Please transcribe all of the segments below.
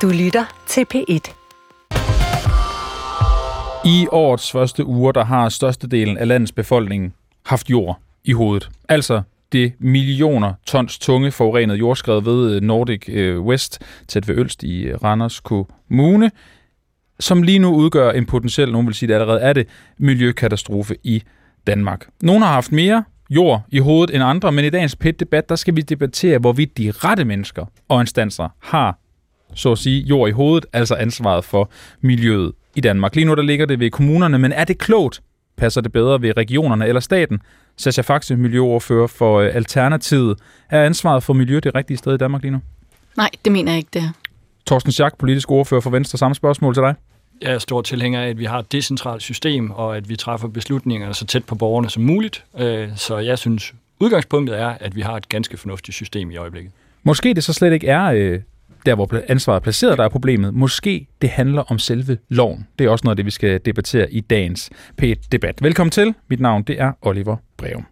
Du lytter til P1. I årets første uger, der har størstedelen af landets befolkning haft jord i hovedet. Altså det millioner tons tunge forurenet jordskred ved Nordic West, tæt ved Ølst i Randers Kommune, som lige nu udgør en potentiel, nogen vil sige det allerede er det, miljøkatastrofe i Danmark. Nogle har haft mere jord i hovedet end andre, men i dagens PET-debat, der skal vi debattere, hvorvidt de rette mennesker og instanser har, så at sige, jord i hovedet, altså ansvaret for miljøet i Danmark. Lige nu der ligger det ved kommunerne, men er det klogt? Passer det bedre ved regionerne eller staten? Sascha Faxe, miljøordfører for Alternativet. Er ansvaret for miljø det rigtige sted i Danmark lige nu? Nej, det mener jeg ikke, det er. Torsten Schack, politisk ordfører for Venstre. Samme spørgsmål til dig. Jeg er stor tilhænger af, at vi har et decentralt system, og at vi træffer beslutninger så tæt på borgerne som muligt. Så jeg synes, udgangspunktet er, at vi har et ganske fornuftigt system i øjeblikket. Måske det så slet ikke er der, hvor ansvaret er placeret, der er problemet. Måske det handler om selve loven. Det er også noget af det, vi skal debattere i dagens P1-debat. Velkommen til. Mit navn det er Oliver Breum.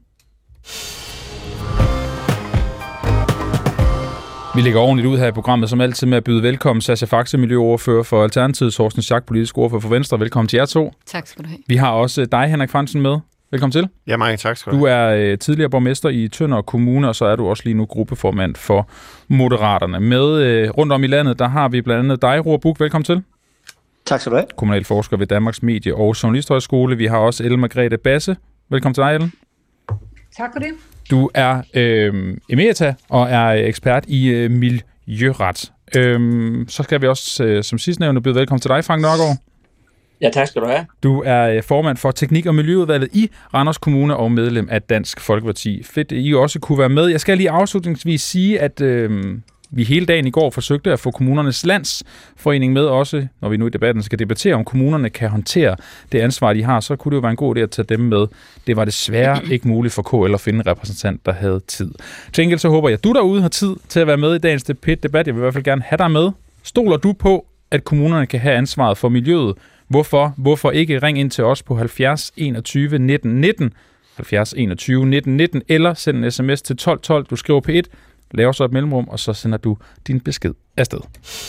Vi lægger ordentligt ud her i programmet, som altid med at byde velkommen Sascha Faxe, miljøordfører for Alternativet, Torsten Schack, politisk ordfører for Venstre. Velkommen til jer to. Tak skal du have. Vi har også dig, Henrik Frandsen, med. Velkommen til. Ja, mange tak skal du have. Du er tidligere borgmester i Tønder Kommune, og så er du også lige nu gruppeformand for Moderaterne. Med rundt om i landet, der har vi blandt andet dig, Roar Buch. Velkommen til. Tak skal du have. Kommunalforsker ved Danmarks Medie- og Journalisthøjskole. Vi har også Ellen Margrethe Basse. Velkommen til dig, Ellen. Tak for det. Du er emerita og er ekspert i miljøret. Så skal vi også som sidstnævnte byde velkommen til dig, Frank Nørgaard. Ja, tak skal du have. Du er formand for Teknik- og Miljøudvalget i Randers Kommune og medlem af Dansk Folkeparti. Fedt, I også kunne være med. Jeg skal lige afslutningsvis sige, at vi hele dagen i går forsøgte at få Kommunernes Landsforening med også, når vi nu i debatten skal debattere, om kommunerne kan håndtere det ansvar, de har, så kunne det jo være en god idé at tage dem med. Det var desværre ikke muligt for KL at finde en repræsentant, der havde tid. Til enkelt så håber jeg, at du derude har tid til at være med i dagens PET-debat. Jeg vil i hvert fald gerne have dig med. Stoler du på, at kommunerne kan have ansvaret for miljøet? Hvorfor ikke? Ring ind til os på 70 21 19 19, 70 21 19 19, eller send en sms til 12 12. Du skriver P1, laver så et mellemrum, og så sender du din besked afsted.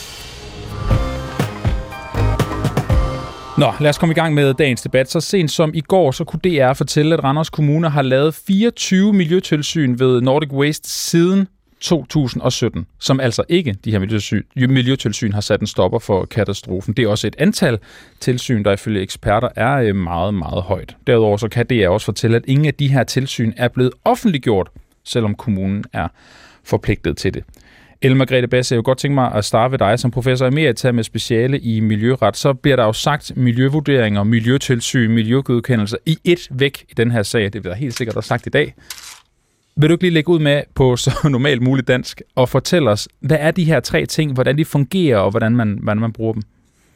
Nå, lad os komme i gang med dagens debat. Så sent som i går, så kunne DR fortælle, at Randers Kommune har lavet 24 miljøtilsyn ved Nordic Waste siden 2017, som altså ikke, de her miljøtilsyn, har sat en stopper for katastrofen. Det er også et antal tilsyn, der ifølge eksperter er meget, meget højt. Derudover så kan DR også fortælle, at ingen af de her tilsyn er blevet offentliggjort, selvom kommunen er forpligtet til det. Ellen Margrethe Basse, jeg vil godt tænke mig at starte ved dig som professor emerita med speciale i miljøret. Så bliver der jo sagt miljøvurderinger, miljøtilsyn, miljøgodkendelser i et væk i den her sag. Det bliver helt sikkert også sagt i dag. Vil du ikke lige lægge ud med på så normalt muligt dansk og fortælle os, hvad er de her tre ting, hvordan de fungerer og hvordan man bruger dem?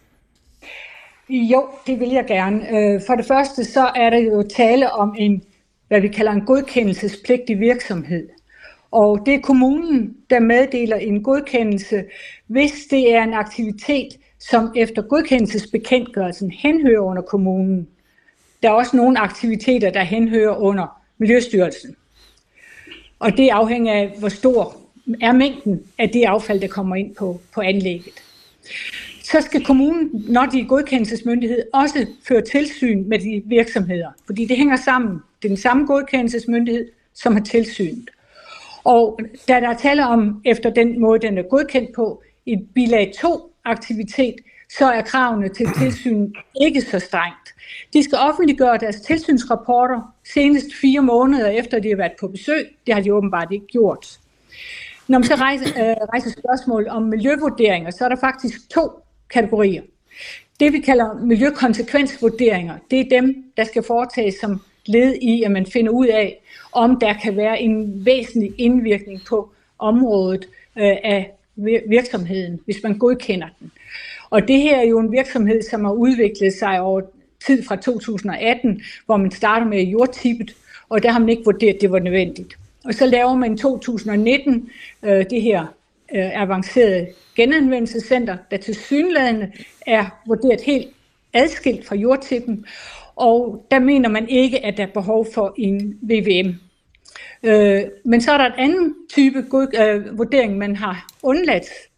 Jo, det vil jeg gerne. For det første så er der jo tale om hvad vi kalder en godkendelsespligtig virksomhed. Og det er kommunen, der meddeler en godkendelse, hvis det er en aktivitet, som efter godkendelsesbekendtgørelsen henhører under kommunen. Der er også nogle aktiviteter, der henhører under Miljøstyrelsen. Og det afhænger af, hvor stor er mængden af det affald, der kommer ind på anlægget. Så skal kommunen, når de er godkendelsesmyndighed, også føre tilsyn med de virksomheder. Fordi det hænger sammen. Det er den samme godkendelsesmyndighed, som har tilsynet. Og da der er tale om, efter den måde, den er godkendt på, i bilag 2-aktivitet, så er kravene til tilsyn ikke så strengt. De skal offentliggøre deres tilsynsrapporter senest 4 måneder efter, de har været på besøg. Det har de åbenbart ikke gjort. Når man så rejser spørgsmål om miljøvurderinger, så er der faktisk 2 kategorier. Det vi kalder miljøkonsekvensvurderinger, det er dem, der skal foretages som led i, at man finder ud af, om der kan være en væsentlig indvirkning på området af virksomheden, hvis man godkender den. Og det her er jo en virksomhed, som har udviklet sig over tid fra 2018, hvor man starter med jordtippet, og der har man ikke vurderet, at det var nødvendigt. Og så laver man i 2019 det her avancerede genanvendelsescenter, der tilsyneladende er vurderet helt adskilt fra jordtippen, og der mener man ikke, at der er behov for en VVM. Men så er der et anden type vurdering, man har undladt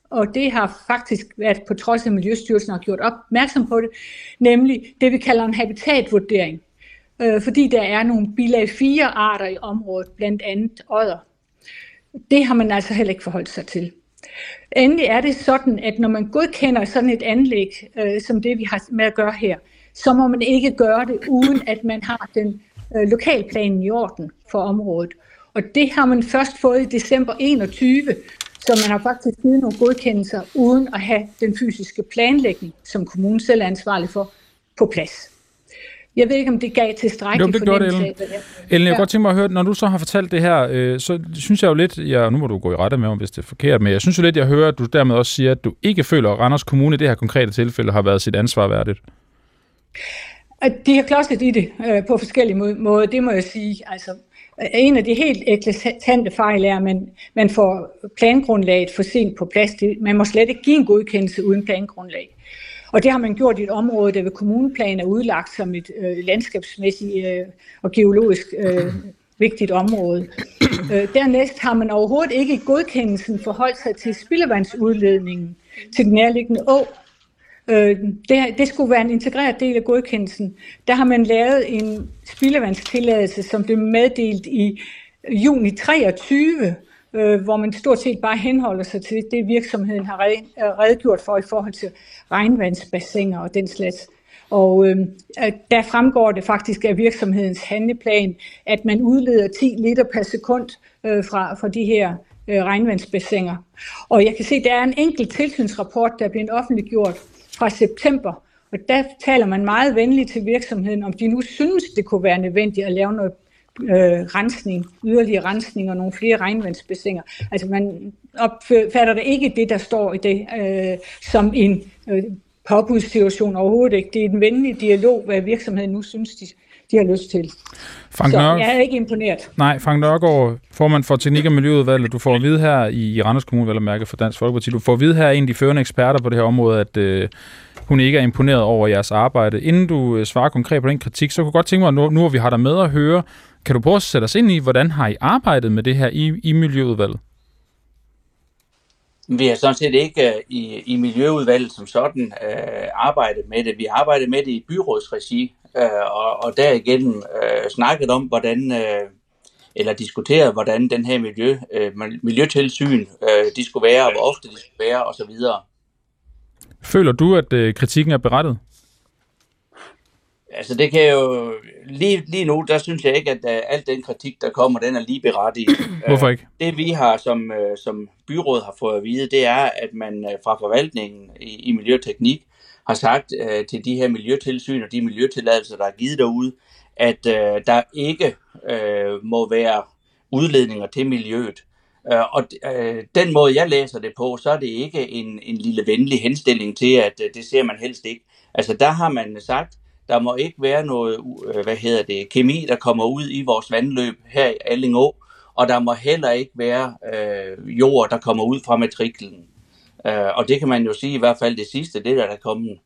og det har faktisk været på trods af Miljøstyrelsen har gjort opmærksom på det, nemlig det vi kalder en habitatvurdering, fordi der er nogle bilag 4 arter i området, blandt andet odder. Det har man altså heller ikke forholdt sig til. Endelig er det sådan, at når man godkender sådan et anlæg, som det vi har med at gøre her, så må man ikke gøre det, uden at man har den lokalplanen i orden for området. Og det har man først fået i december 21, så man har faktisk givet nogle godkendelser, uden at have den fysiske planlægning, som kommunen selv er ansvarlig for, på plads. Jeg ved ikke, om det gav tilstrækkeligt fornemmelse af det her. Ellen, jeg kunne godt tænke mig at høre, når du så har fortalt det her, så synes jeg jo lidt, nu må du gå i rette med, hvis det er forkert, men jeg synes jo lidt, jeg hører, at du dermed også siger, at du ikke føler, at Randers Kommune i det her konkrete tilfælde har været sit ansvar værdigt. De har klodset i det på forskellige måder, det må jeg sige. Altså, en af de helt eklatante fejl er, at man får plangrundlaget for sent på plads. Man må slet ikke give en godkendelse uden plangrundlag. Og det har man gjort i et område, der ved kommuneplan er udlagt som et landskabsmæssigt og geologisk vigtigt område. Dernæst har man overhovedet ikke i godkendelsen forholdt sig til spildevandsudledningen til den nærliggende å. Det skulle være en integreret del af godkendelsen. Der har man lavet en spildevandstilladelse, som blev meddelt i juni 23, hvor man stort set bare henholder sig til det, virksomheden har redegjort for i forhold til regnvandsbassiner og den slags. Og der fremgår det faktisk af virksomhedens handleplan, at man udleder 10 liter per sekund fra de her regnvandsbassiner. Og jeg kan se, at der er en enkelt tilsynsrapport, der er blevet offentliggjort fra september, og der taler man meget venligt til virksomheden, om de nu synes, det kunne være nødvendigt at lave noget rensning, yderligere rensning og nogle flere regnvandsbassiner. Altså man opfatter det ikke det, der står i det, som en påbudssituation overhovedet ikke. Det er en venlig dialog, hvad virksomheden nu synes, de har lyst til. Jeg er ikke imponeret. Nej, Frank Nørgaard, formand for Teknik- og Miljøudvalget. Du får at vide her i Randers Kommune, vel at mærke for Dansk Folkeparti. Du får at vide her en af de førende eksperter på det her område, at hun ikke er imponeret over jeres arbejde. Inden du svarer konkret på den kritik, så kunne jeg godt tænke mig, nu hvor vi har dig med at høre, kan du prøve at sætte os ind i, hvordan har I arbejdet med det her i Miljøudvalget? Vi har sådan set ikke i Miljøudvalget som sådan arbejdet med det. Vi har arbejdet med det i byrådsregi, og derigennem snakket om, eller diskuteret, hvordan den her miljøtilsyn de skulle være, og hvor ofte de skulle være, osv. Føler du, at kritikken er berettiget? Altså det kan jo lige nu, der synes jeg ikke, at alt den kritik, der kommer, den er lige berettiget. Hvorfor ikke? Det vi har som byråd har fået at vide, det er, at man fra forvaltningen i Miljøteknik har sagt til de her miljøtilsyn og de miljøtilladelser, der er givet derude, at der ikke må være udledninger til miljøet. Og den måde, jeg læser det på, så er det ikke en lille venlig henstilling til, at det ser man helst ikke. Altså der har man sagt, der må ikke være noget, kemi, der kommer ud i vores vandløb her i Alling Å, og der må heller ikke være jord, der kommer ud fra matriklen. Og det kan man jo sige i hvert fald det sidste, det der er kommet.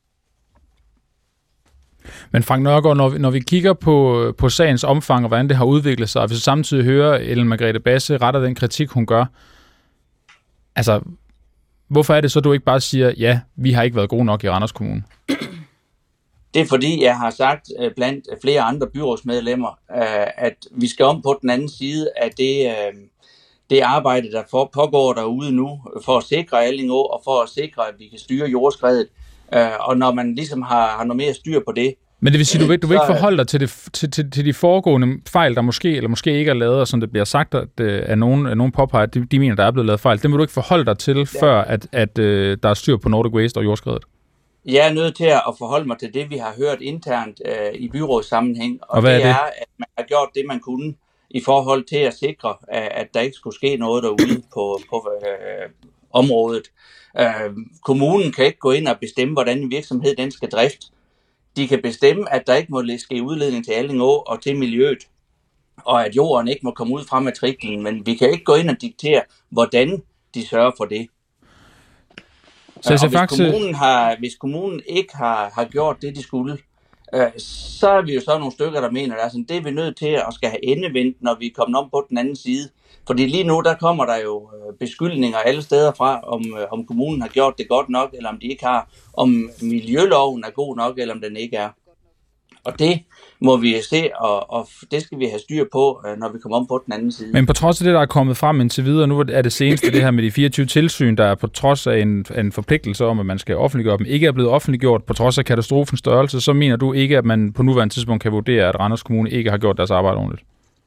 Men Frank Nørgaard, når vi kigger på sagens omfang og hvordan det har udviklet sig, og hvis vi samtidig hører Ellen Margrethe Basse rette den kritik, hun gør, altså, hvorfor er det så, du ikke bare siger, ja, vi har ikke været gode nok i Randers Kommune? Det er fordi, jeg har sagt blandt flere andre byrådsmedlemmer, at vi skal om på den anden side af det arbejde, der pågår derude nu, for at sikre Alling Å, og for at sikre, at vi kan styre jordskredet. Og når man ligesom har noget mere styr på det. Men det vil sige, du vil ikke forholde dig til de foregående fejl, der måske eller måske ikke er lavet, og som det bliver sagt, at nogen påpeger, at de mener, der er blevet lavet fejl. Det vil du ikke forholde dig til, før at der er styr på Nordic Waste og jordskredet? Jeg er nødt til at forholde mig til det, vi har hørt internt i byrådssammenhæng, og det er, at man har gjort det, man kunne i forhold til at sikre, at der ikke skulle ske noget derude på området. Kommunen kan ikke gå ind og bestemme, hvordan en virksomhed den skal drifte. De kan bestemme, at der ikke må ske udledning til Alling Å og til miljøet, og at jorden ikke må komme ud fra matriklen, men vi kan ikke gå ind og diktere, hvordan de sørger for det. Så hvis kommunen ikke har gjort det, de skulle, Så er vi jo så nogle stykker, der mener, at det er vi nødt til at skal have endevendt, når vi er kommet om på den anden side. Fordi lige nu, der kommer der jo beskyldninger alle steder fra, om kommunen har gjort det godt nok, eller om de ikke har, om miljøloven er god nok, eller om den ikke er. Og det må vi se, og det skal vi have styr på, når vi kommer om på den anden side. Men på trods af det, der er kommet frem indtil videre, nu er det seneste det her med de 24 tilsyn, der er på trods af en forpligtelse om, at man skal offentliggøre dem, ikke er blevet offentliggjort på trods af katastrofens størrelse, så mener du ikke, at man på nuværende tidspunkt kan vurdere, at Randers Kommune ikke har gjort deres arbejde ordentligt?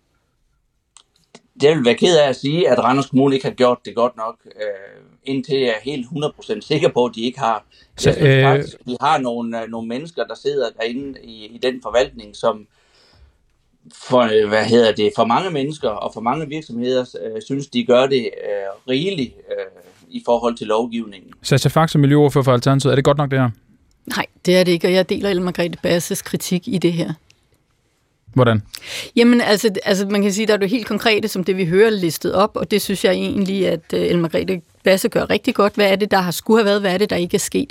Jeg vil være ked af at sige, at Randers Kommune ikke har gjort det godt nok, indtil jeg er helt 100% sikker på, at de ikke har. Jeg synes faktisk, at vi har nogle mennesker, der sidder derinde i den forvaltning, som for mange mennesker og for mange virksomheder synes, de gør det rigeligt i forhold til lovgivningen. Sascha Faxe, miljøordfører for Alternativet, er det godt nok det her? Nej, det er det ikke, og jeg deler Ellen Margrethe Basses kritik i det her. Hvordan? Jamen, altså man kan sige, der er det helt konkrete, som det vi hører listet op, og det synes jeg egentlig, at Ellen Margrethe Basse gør rigtig godt. Hvad er det, der skulle have været? Hvad er det, der ikke er sket?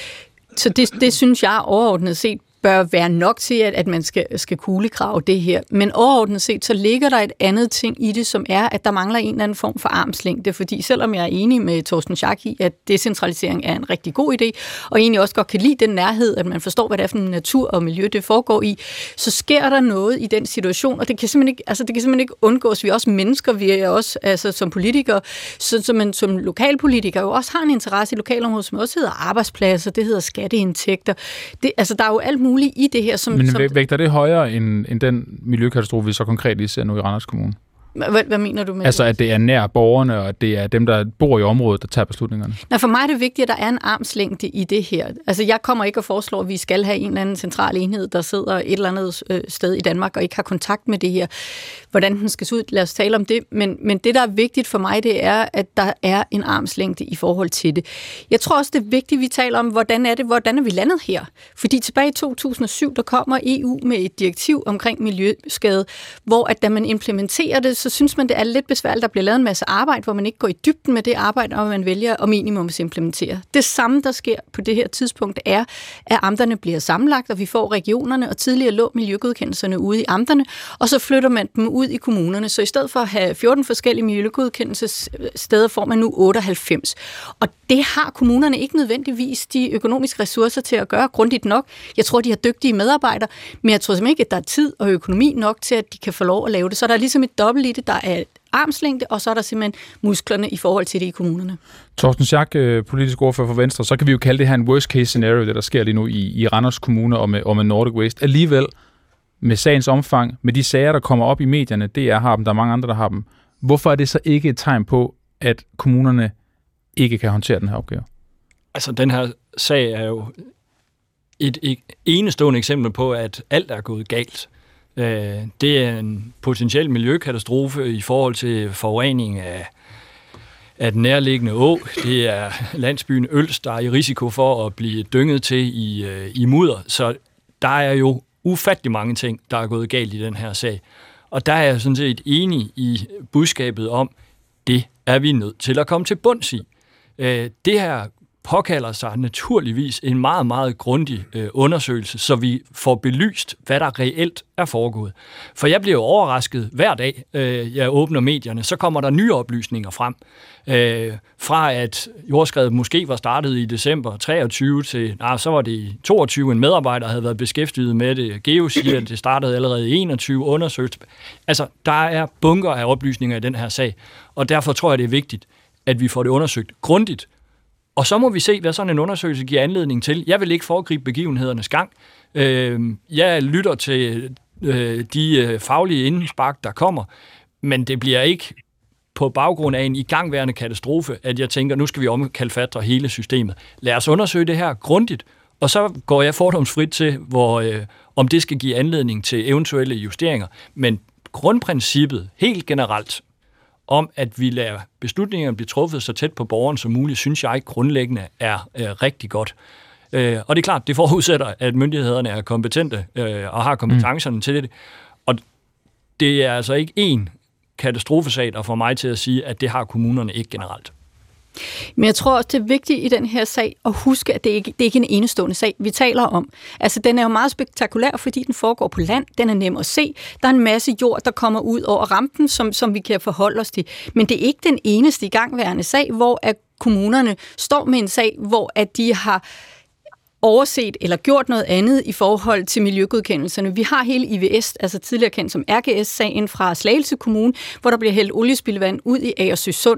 Så det synes jeg overordnet set bør være nok til, at man skal kuglegrave det her. Men overordnet set, så ligger der et andet ting i det, som er, at der mangler en eller anden form for armslængde, fordi selvom jeg er enig med Torsten Schack i, at decentralisering er en rigtig god idé, og egentlig også godt kan lide den nærhed, at man forstår, hvad det er for en natur og miljø, det foregår i, så sker der noget i den situation, og det kan simpelthen ikke undgås. Vi er også mennesker, vi er også som politikere, så man som lokalpolitiker jo også har en interesse i lokalområdet, som også hedder arbejdspladser, det hedder skatteindtægter. Der er jo alt muligt i det her. Men vægter det højere end den miljøkatastrofe, vi så konkret lige ser nu i Randers Kommune? Hvad mener du med altså, at det er nær borgerne, og at det er dem, der bor i området, der tager beslutningerne? Nej, for mig er det vigtigt, at der er en armslængde i det her. Altså, jeg kommer ikke at foreslå, at vi skal have en eller anden central enhed, der sidder et eller andet sted i Danmark og ikke har kontakt med det her. Hvordan den skal se ud, lad os tale om det. Men det, der er vigtigt for mig, det er, at der er en armslængde i forhold til det. Jeg tror også, det er vigtigt, at vi taler om, hvordan er vi landet her? Fordi tilbage i 2007, der kommer EU med et direktiv omkring miljøskade, hvor at da man implementerer det, så synes man, det er lidt besværligt, der bliver lavet en masse arbejde, hvor man ikke går i dybden med det arbejde, og man vælger at minimumsimplementere. Det samme, der sker på det her tidspunkt, er, at amterne bliver sammenlagt, og vi får regionerne, og tidligere lå miljøgodkendelserne ude i amterne, og så flytter man dem ud i kommunerne. Så i stedet for at have 14 forskellige miljøgodkendelsessteder, får man nu 98. Og det har kommunerne ikke nødvendigvis de økonomiske ressourcer til at gøre grundigt nok. Jeg tror, de har dygtige medarbejdere, men jeg tror simpelthen ikke, at der er tid og økonomi nok til, at de kan få lov at lave det. Så der er ligesom et dobbelt i det, der er armslængde, og så er der simpelthen musklerne i forhold til det i kommunerne. Torsten Schack, politisk ordfører for Venstre, så kan vi jo kalde det her en worst case scenario, det der sker lige nu i Randers Kommune og med Nordic Waste. Alligevel, med sagens omfang, med de sager, der kommer op i medierne, DR har dem, der er mange andre, der har dem. Hvorfor er det så ikke et tegn på, at kommunerne ikke kan håndtere den her opgave? Altså, den her sag er jo et enestående eksempel på, at alt er gået galt. Det er en potentiel miljøkatastrofe i forhold til forurening af den nærliggende å. Det er landsbyen Øls, der er i risiko for at blive dynget til i mudder. Så der er jo ufattelig mange ting, der er gået galt i den her sag. Og der er jeg sådan set enig i budskabet om, det er vi nødt til at komme til bunds i. Det her påkalder sig naturligvis en meget, meget grundig undersøgelse, så vi får belyst, hvad der reelt er foregået. For jeg bliver jo overrasket hver dag, jeg åbner medierne, så kommer der nye oplysninger frem. Fra at jordskredet måske var startet i december 23 til, så var det i 22, en medarbejder havde været beskæftiget med det. Geo siger, at det startede allerede i 21, undersøgt. Altså, der er bunker af oplysninger i den her sag, og derfor tror jeg, det er vigtigt, at vi får det undersøgt grundigt. Og så må vi se, hvad sådan en undersøgelse giver anledning til. Jeg vil ikke foregribe begivenhedernes gang. Jeg lytter til de faglige indspark, der kommer, men det bliver ikke på baggrund af en igangværende katastrofe, at jeg tænker, nu skal vi omkalfatre hele systemet. Lad os undersøge det her grundigt, og så går jeg fordomsfrit til, om det skal give anledning til eventuelle justeringer. Men grundprincippet, helt generelt, om at vi lader beslutningerne blive truffet så tæt på borgeren som muligt, synes jeg grundlæggende er rigtig godt. Og det er klart, det forudsætter, at myndighederne er kompetente og har kompetencerne til det. Og det er altså ikke én katastrofesag, der får mig til at sige, at det har kommunerne ikke generelt. Men jeg tror også, det er vigtigt i den her sag at huske, at det er ikke en enestående sag, vi taler om. Altså, den er jo meget spektakulær, fordi den foregår på land. Den er nem at se. Der er en masse jord, der kommer ud over rampen, som vi kan forholde os til. Men det er ikke den eneste igangværende sag, hvor at kommunerne står med en sag, hvor at de har overset eller gjort noget andet i forhold til miljøgodkendelserne. Vi har hele IVS, altså tidligere kendt som RGS-sagen fra Slagelse Kommune, hvor der bliver hældt oliespildevand ud i Agersø Sund.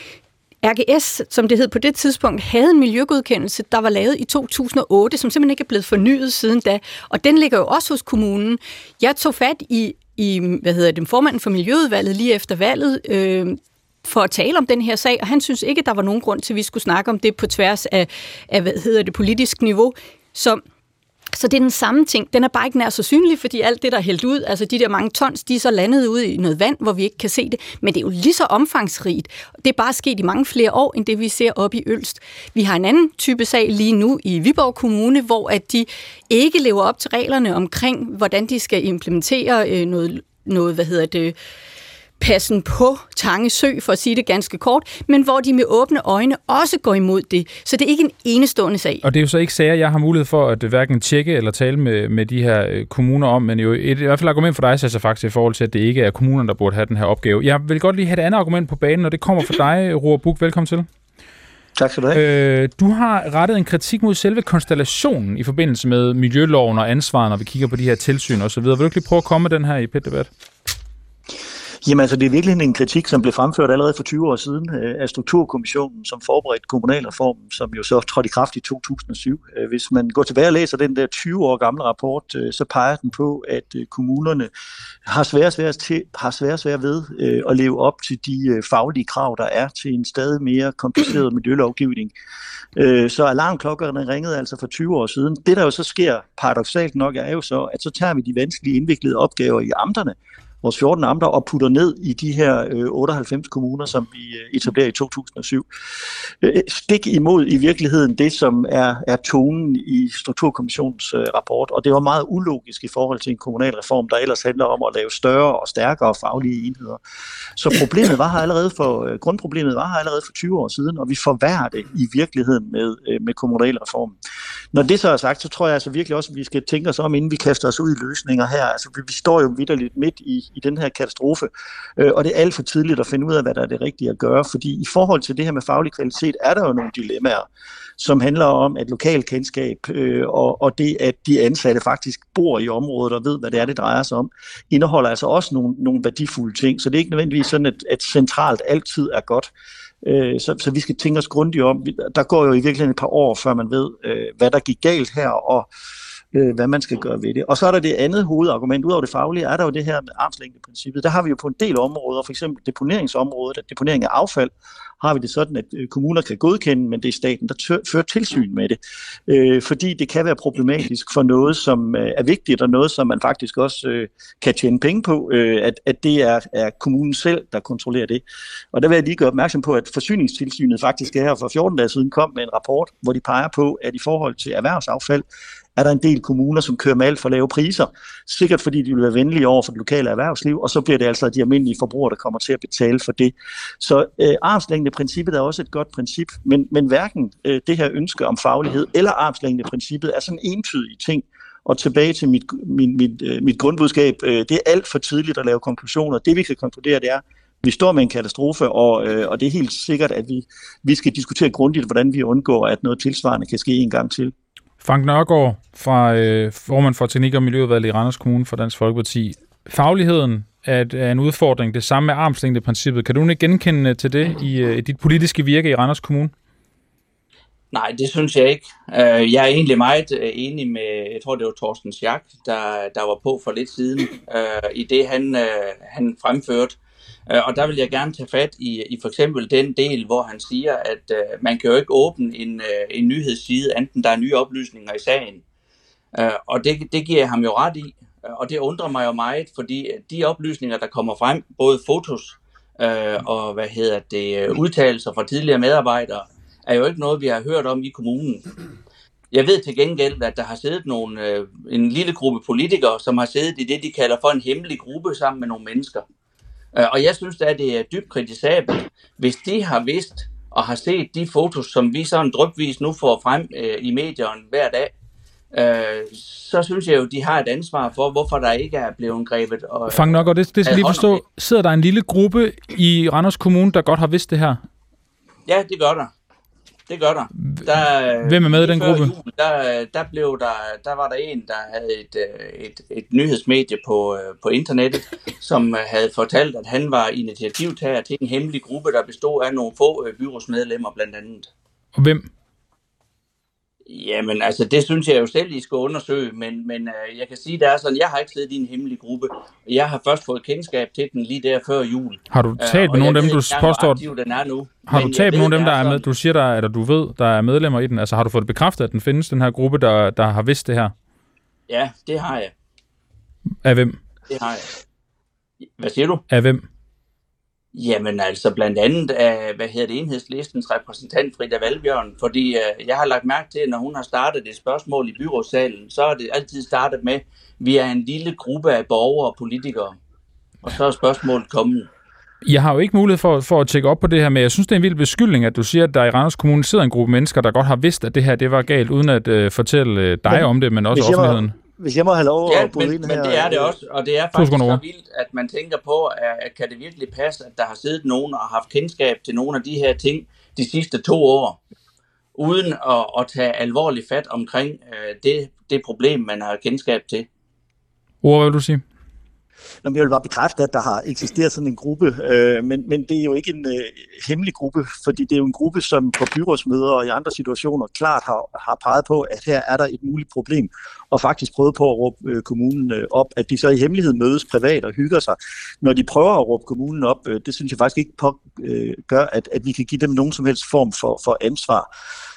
RGS, som det hed på det tidspunkt, havde en miljøgodkendelse, der var lavet i 2008, som simpelthen ikke er blevet fornyet siden da. Og den ligger jo også hos kommunen. Jeg tog fat i formanden for Miljøudvalget lige efter valget, for at tale om den her sag, og han synes ikke, der var nogen grund til, at vi skulle snakke om det på tværs af politisk niveau. Så det er den samme ting. Den er bare ikke nær så synlig, fordi alt det, der er hældt ud, altså de der mange tons, de er så landet ud i noget vand, hvor vi ikke kan se det. Men det er jo lige så omfangsrigt. Det er bare sket i mange flere år, end det vi ser op i Ølst. Vi har en anden type sag lige nu i Viborg Kommune, hvor at de ikke lever op til reglerne omkring, hvordan de skal implementere noget passen på Tange Sø, for at sige det ganske kort, men hvor de med åbne øjne også går imod det. Så det er ikke en enestående sag. Og det er jo så ikke sager, jeg har mulighed for at hverken tjekke eller tale med de her kommuner om, men jo i hvert fald argument for dig, Sascha, faktisk i forhold til, at det ikke er kommunerne, der burde have den her opgave. Jeg vil godt lige have et andet argument på banen, og det kommer fra dig, Roar Buch. Velkommen til. Tak skal du have. Du har rettet en kritik mod selve konstellationen i forbindelse med miljøloven og ansvaret, når vi kigger på de her tilsyn osv. Vil du ikke lige prøve at komme med den her i PET-debat? Jamen altså, det er virkelig en kritik, som blev fremført allerede for 20 år siden af Strukturkommissionen, som forberedte kommunalreformen, som jo så trådte i kraft i 2007. Hvis man går tilbage og læser den der 20 år gamle rapport, så peger den på, at kommunerne har svært ved at leve op til de faglige krav, der er til en stadig mere kompliceret miljølovgivning. Så alarmklokkerne ringede altså for 20 år siden. Det, der jo så sker paradoksalt nok, er jo så, at så tager vi de vanskelige indviklede opgaver i amterne, vores 14 amter, og putter ned i de her 98 kommuner, som vi etablerer i 2007. Stik imod i virkeligheden det, som er tonen i Strukturkommissionens rapport, og det var meget ulogisk i forhold til en kommunalreform, der ellers handler om at lave større og stærkere faglige enheder. Så grundproblemet var her allerede for 20 år siden, og vi forværrer det i virkeligheden med kommunalreformen. Når det så er sagt, så tror jeg altså virkelig også, at vi skal tænke os om, inden vi kaster os ud i løsninger her. Altså, vi står jo vitterligt midt i den her katastrofe, og det er alt for tidligt at finde ud af, hvad der er det rigtige at gøre, fordi i forhold til det her med faglig kvalitet, er der jo nogle dilemmaer, som handler om, at lokalkendskab og det, at de ansatte faktisk bor i området og ved, hvad det er, det drejer sig om, indeholder altså også nogle værdifulde ting, så det er ikke nødvendigvis sådan, at centralt altid er godt. Så vi skal tænke os grundigt om. Der går jo i virkeligheden et par år, før man ved, hvad der gik galt her, og hvad man skal gøre ved det. Og så er der det andet hovedargument, udover det faglige, er der jo det her med armslængdeprincippet. Der har vi jo på en del områder, for eksempel deponeringsområdet, at deponering af affald, har vi det sådan, at kommuner kan godkende, men det er staten, der fører tilsyn med det. Fordi det kan være problematisk for noget, som er vigtigt, og noget, som man faktisk også kan tjene penge på, at det er kommunen selv, der kontrollerer det. Og der vil jeg lige gøre opmærksom på, at Forsyningstilsynet faktisk her for 14 dage siden kom med en rapport, hvor de peger på, at i forhold til erhvervsaffald, er der en del kommuner, som kører med alt for lave priser, sikkert fordi de vil være venlige over for det lokale erhvervsliv, og så bliver det altså de almindelige forbrugere, der kommer til at betale for det. Så armslængdeprincippet er også et godt princip, men hverken det her ønske om faglighed eller armslængdeprincippet er sådan en entydig ting. Og tilbage til mit grundbudskab, det er alt for tidligt at lave konklusioner. Det vi kan konkludere, det er, vi står med en katastrofe, og det er helt sikkert, at vi skal diskutere grundigt, hvordan vi undgår, at noget tilsvarende kan ske en gang til. Frank Nørgaard, formand for Teknik- og Miljøudvalget i Randers Kommune for Dansk Folkeparti. Fagligheden er en udfordring. Det samme med armslængdeprincippet. Kan du ikke genkende til det i dit politiske virke i Randers Kommune? Nej, det synes jeg ikke. Jeg er egentlig meget enig med, jeg tror det var Torsten Schack, der var på for lidt siden, i det han fremførte. Og der vil jeg gerne tage fat i for eksempel den del, hvor han siger, at man kan jo ikke åbne en nyhedsside, enten der er nye oplysninger i sagen. Og det giver jeg ham jo ret i, og det undrer mig jo meget, fordi de oplysninger, der kommer frem, både fotos og udtalelser fra tidligere medarbejdere, er jo ikke noget, vi har hørt om i kommunen. Jeg ved til gengæld, at der har siddet en lille gruppe politikere, som har siddet i det, de kalder for en hemmelig gruppe sammen med nogle mennesker. Og jeg synes, at det er dybt kritisabelt, hvis de har vidst, og har set de fotos, som vi sådan drypvis nu får frem i medierne hver dag, så synes jeg jo, de har et ansvar for, hvorfor der ikke er blevet grebet. Fang nok, og det skal lige forstå, sidder der en lille gruppe i Randers Kommune, der godt har vidst det her? Ja, det gør der. Det gør der. Hvem er med i den gruppe? Jul, der var der en, der havde et nyhedsmedie på internettet, som havde fortalt, at han var initiativtager til en hemmelig gruppe, der bestod af nogle få byrådsmedlemmer blandt andet. Og hvem? Jamen, altså, det synes jeg jo selv, I skal undersøge, men jeg kan sige, der er sådan, jeg har ikke siddet i en hemmelig gruppe. Jeg har først fået kendskab til den lige der før jul. Har du talt med nogle af dem, du påstår? Har du talt med nogle af dem, der er med? Du siger, eller du ved, der er medlemmer i den. Altså, har du fået det bekræftet, at den findes, den her gruppe, der har vidst det her? Ja, det har jeg. Af hvem? Det har jeg. Hvad siger du? Af hvem? Jamen altså blandt andet af, Enhedslistens repræsentant Frida Valbjørn, fordi jeg har lagt mærke til, at når hun har startet et spørgsmål i byrådssalen, så er det altid startet med, vi er en lille gruppe af borgere og politikere, og så er spørgsmålet kommet. Jeg har jo ikke mulighed for at tjekke op på det her, men jeg synes, det er en vild beskyldning, at du siger, at der i Randers Kommune sidder en gruppe mennesker, der godt har vidst, at det her det var galt, uden at fortælle dig om det, men også offentligheden. Hvis jeg må have lov at bryde ind her... men det er det også, og det er faktisk så vildt, at man tænker på, at kan det virkelig passe, at der har siddet nogen og haft kendskab til nogle af de her ting de sidste 2 år, uden at tage alvorligt fat omkring det problem, man har kendskab til. Hvad vil du sige? Jeg vil bare bekræfte, at der har eksisteret sådan en gruppe, men det er jo ikke en hemmelig gruppe, fordi det er jo en gruppe, som på byrådsmøder og i andre situationer klart har peget på, at her er der et muligt problem, og faktisk prøvet på at råbe kommunen op, at de så i hemmelighed mødes privat og hygger sig. Når de prøver at råbe kommunen op, det synes jeg faktisk ikke gør, at vi kan give dem nogen som helst form for ansvar.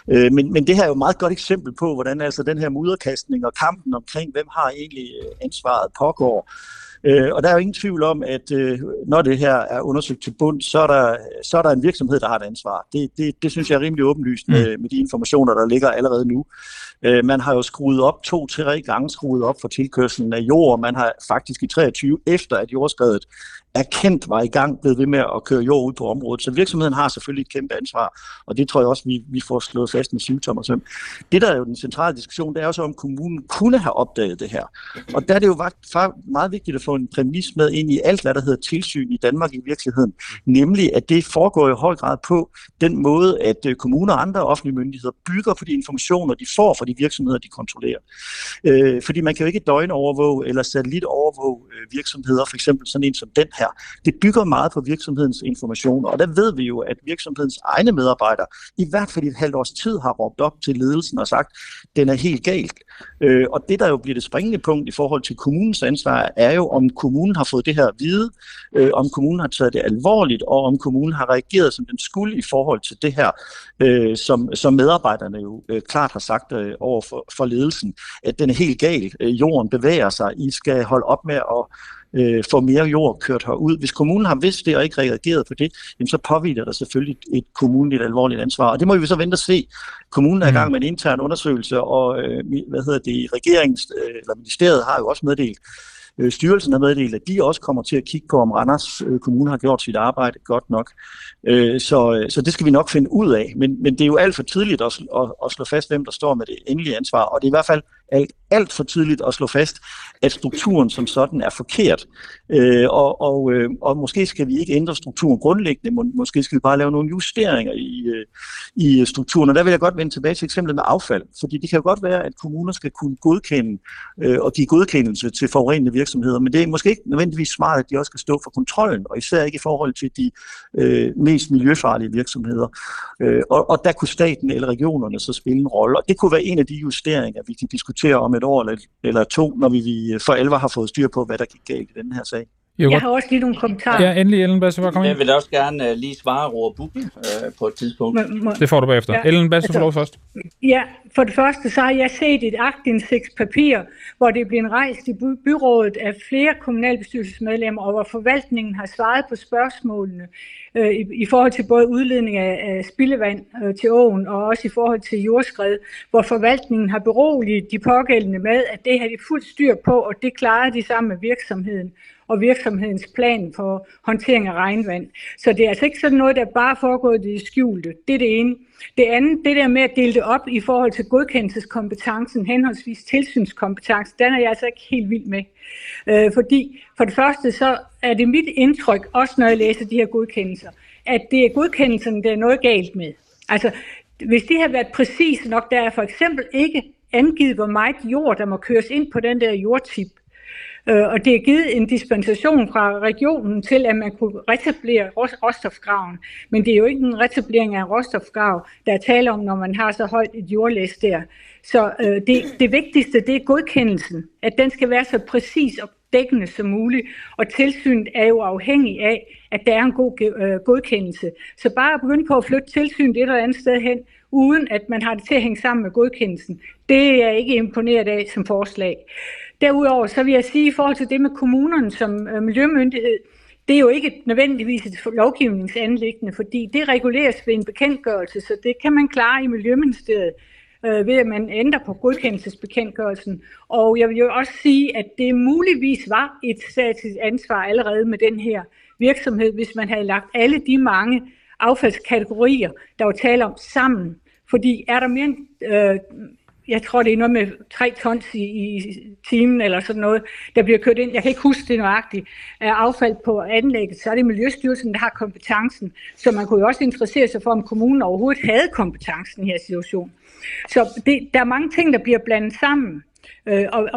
Men det her er jo et meget godt eksempel på, hvordan altså den her mudderkastning og kampen omkring, hvem har egentlig ansvaret, pågår. Og der er jo ingen tvivl om, at når det her er undersøgt til bund, så er der en virksomhed, der har et ansvar. Det synes jeg er rimelig åbenlyst med de informationer, der ligger allerede nu. Man har jo skruet op 2-3 gange for tilkørslen af jord. Man har faktisk i 23 efter at jordskredet erkendt var i gang, blevet ved med at køre jord ud på området. Så virksomheden har selvfølgelig et kæmpe ansvar, og det tror jeg også, vi får slået fast med syvtommersøm. Det, der er jo den centrale diskussion, det er jo så, om kommunen kunne have opdaget det her. Og der er det jo meget vigtigt at få en præmis med ind i alt, hvad der hedder tilsyn i Danmark i virkeligheden. Nemlig, at det foregår i høj grad på den måde, at kommuner og andre offentlige myndigheder bygger på de informationer, de får fra de virksomheder, de kontrollerer. Fordi man kan jo ikke døgnovervåge eller satellitovervåge virksomheder, for eksempel sådan en som den her. Det bygger meget på virksomhedens informationer, og der ved vi jo, at virksomhedens egne medarbejdere i hvert fald i et halvt års tid har råbt op til ledelsen og sagt, den er helt galt. Og det, der jo bliver det springende punkt i forhold til kommunens ansvar, er jo, om kommunen har fået det her at vide, om kommunen har taget det alvorligt, og om kommunen har reageret, som den skulle i forhold til det her, som medarbejderne jo klart har sagt over for ledelsen, at den er helt galt. Jorden bevæger sig. I skal holde op med at få mere jord kørt herud. Hvis kommunen har vidst det og ikke reageret på det, jamen så påhviler der selvfølgelig et kommunligt alvorligt ansvar. Og det må vi så vente at se. Kommunen er i gang med en intern undersøgelse, og regeringens eller ministeriet har jo også meddelt, styrelsen har meddelt, at de også kommer til at kigge på, om Randers Kommune har gjort sit arbejde godt nok. Så det skal vi nok finde ud af. Men det er jo alt for tidligt at slå fast, hvem der står med det endelige ansvar. Og det er i hvert fald alt for tidligt at slå fast, at strukturen som sådan er forkert. Og måske skal vi ikke ændre strukturen grundlæggende. Måske skal vi bare lave nogle justeringer i strukturen. Og der vil jeg godt vende tilbage til eksemplet med affald. Fordi det kan jo godt være, at kommuner skal kunne godkende og give godkendelse til forurenende virksomheder. Men det er måske ikke nødvendigvis smart, at de også skal stå for kontrollen. Og især ikke i forhold til de mest miljøfarlige virksomheder. Og der kunne staten eller regionerne så spille en rolle. Og det kunne være en af de justeringer, vi kan diskutere om et år eller 2, når vi for alvor har fået styr på, hvad der gik galt i den her sag. Jeg har også lige nogle kommentarer. Ja, endelig, Ellen Basse, kom ind. Jeg vil også gerne lige svare Roar Buch på et tidspunkt. Det får du bagefter. Ja, Ellen Basse, får lov først. Ja, for det første, så har jeg set et aktindsigtspapir, hvor det er blevet rejst i byrådet af flere kommunalbestyrelsesmedlemmer, og hvor forvaltningen har svaret på spørgsmålene i forhold til både udledning af spildevand til åen, og også i forhold til jordskred, hvor forvaltningen har beroliget de pågældende med, at det har de fuldt styr på, og det klarede de sammen med virksomheden. og virksomhedens plan for håndtering af regnvand. Så det er altså ikke sådan noget, der bare foregår i det skjulte. Det er det ene. Det andet, det der med at dele det op i forhold til godkendelseskompetencen, henholdsvis tilsynskompetencen, den er jeg altså ikke helt vild med. Fordi for det første, så er det mit indtryk, også når jeg læser de her godkendelser, at det er godkendelserne, der er noget galt med. Altså, hvis de har været præcise nok, der er for eksempel ikke angivet, hvor meget jord, der må køres ind på den der jordtip. Og det er givet en dispensation fra regionen til, at man kunne retablere råstofgraven. Men det er jo ikke en retablering af en råstofgrav, der er tale om, når man har så højt et jordlæs der. Så det vigtigste, det er godkendelsen. At den skal være så præcis og dækkende som muligt. Og tilsynet er jo afhængig af, at der er en god godkendelse. Så bare at begynde på at flytte tilsynet et eller andet sted hen, uden at man har det til at hænge sammen med godkendelsen, det er jeg ikke imponeret af som forslag. Derudover så vil jeg sige, i forhold til det med kommunerne som miljømyndighed, det er jo ikke nødvendigvis et lovgivningsanliggende, fordi det reguleres ved en bekendtgørelse, så det kan man klare i Miljøministeriet ved at man ændrer på godkendelsesbekendtgørelsen. Og jeg vil jo også sige, at det muligvis var et statsligt ansvar allerede med den her virksomhed, hvis man havde lagt alle de mange affaldskategorier, der var tale om sammen. Fordi er der mere end, jeg tror det er noget med 3 tons i timen eller sådan noget, der bliver kørt ind, jeg kan ikke huske det nøjagtigt, af affald på anlægget, så er det Miljøstyrelsen, der har kompetencen. Så man kunne jo også interessere sig for, om kommunen overhovedet havde kompetencen i her situation. Så der er mange ting, der bliver blandet sammen. Og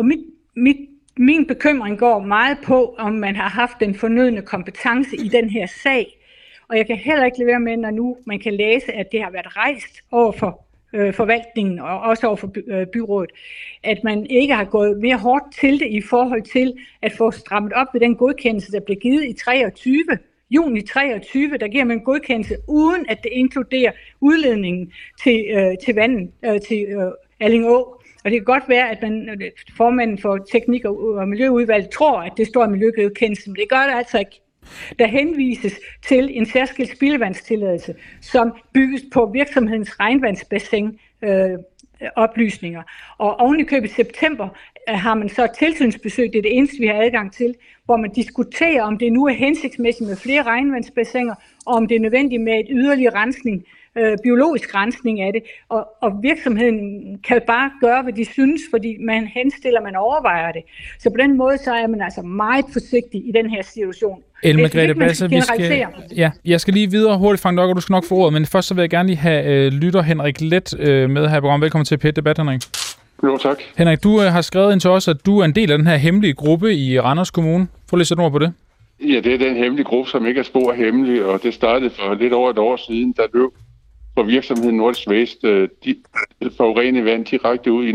min bekymring går meget på, om man har haft den fornødne kompetence i den her sag. Og jeg kan heller ikke lade være med, når nu man kan læse, at det har været rejst over for forvaltningen og også over for byrådet, at man ikke har gået mere hårdt til det i forhold til at få strammet op ved den godkendelse, der blev givet i juni 23, der giver man en godkendelse, uden at det inkluderer udledningen til vandet, til Allingå. Og det kan godt være, at formanden for teknik- og miljøudvalget tror, at det står i miljøgodkendelsen, men det gør det altså ikke. Der henvises til en særskilt spildevandstilladelse, som bygges på virksomhedens regnvandsbassin oplysninger. Og oven i købet i september har man så et tilsynsbesøg, det er det eneste, vi har adgang til, hvor man diskuterer, om det nu er hensigtsmæssigt med flere regnvandsbassiner, og om det er nødvendigt med et yderligere rensning, biologisk rensning af det. Og virksomheden kan bare gøre, hvad de synes, fordi man henstiller, man overvejer det. Så på den måde, så er man altså meget forsigtig i den her situation. Ellen Margrethe Basse, jeg skal lige videre hurtigt, Frank Nørgaard, du skal nok få ordet, men først så vil jeg gerne lige have lytter Henrik Let med her i programmet. Velkommen til P1-debat, Henrik. Jo, tak. Henrik, du har skrevet ind til os, at du er en del af den her hemmelige gruppe i Randers Kommune. Få lige sætte ord på det. Ja, det er den hemmelige gruppe, som ikke er spor hemmelig, og det startede for lidt over et år siden, der løb for virksomheden Nordic Waste de forurenede vand direkte ud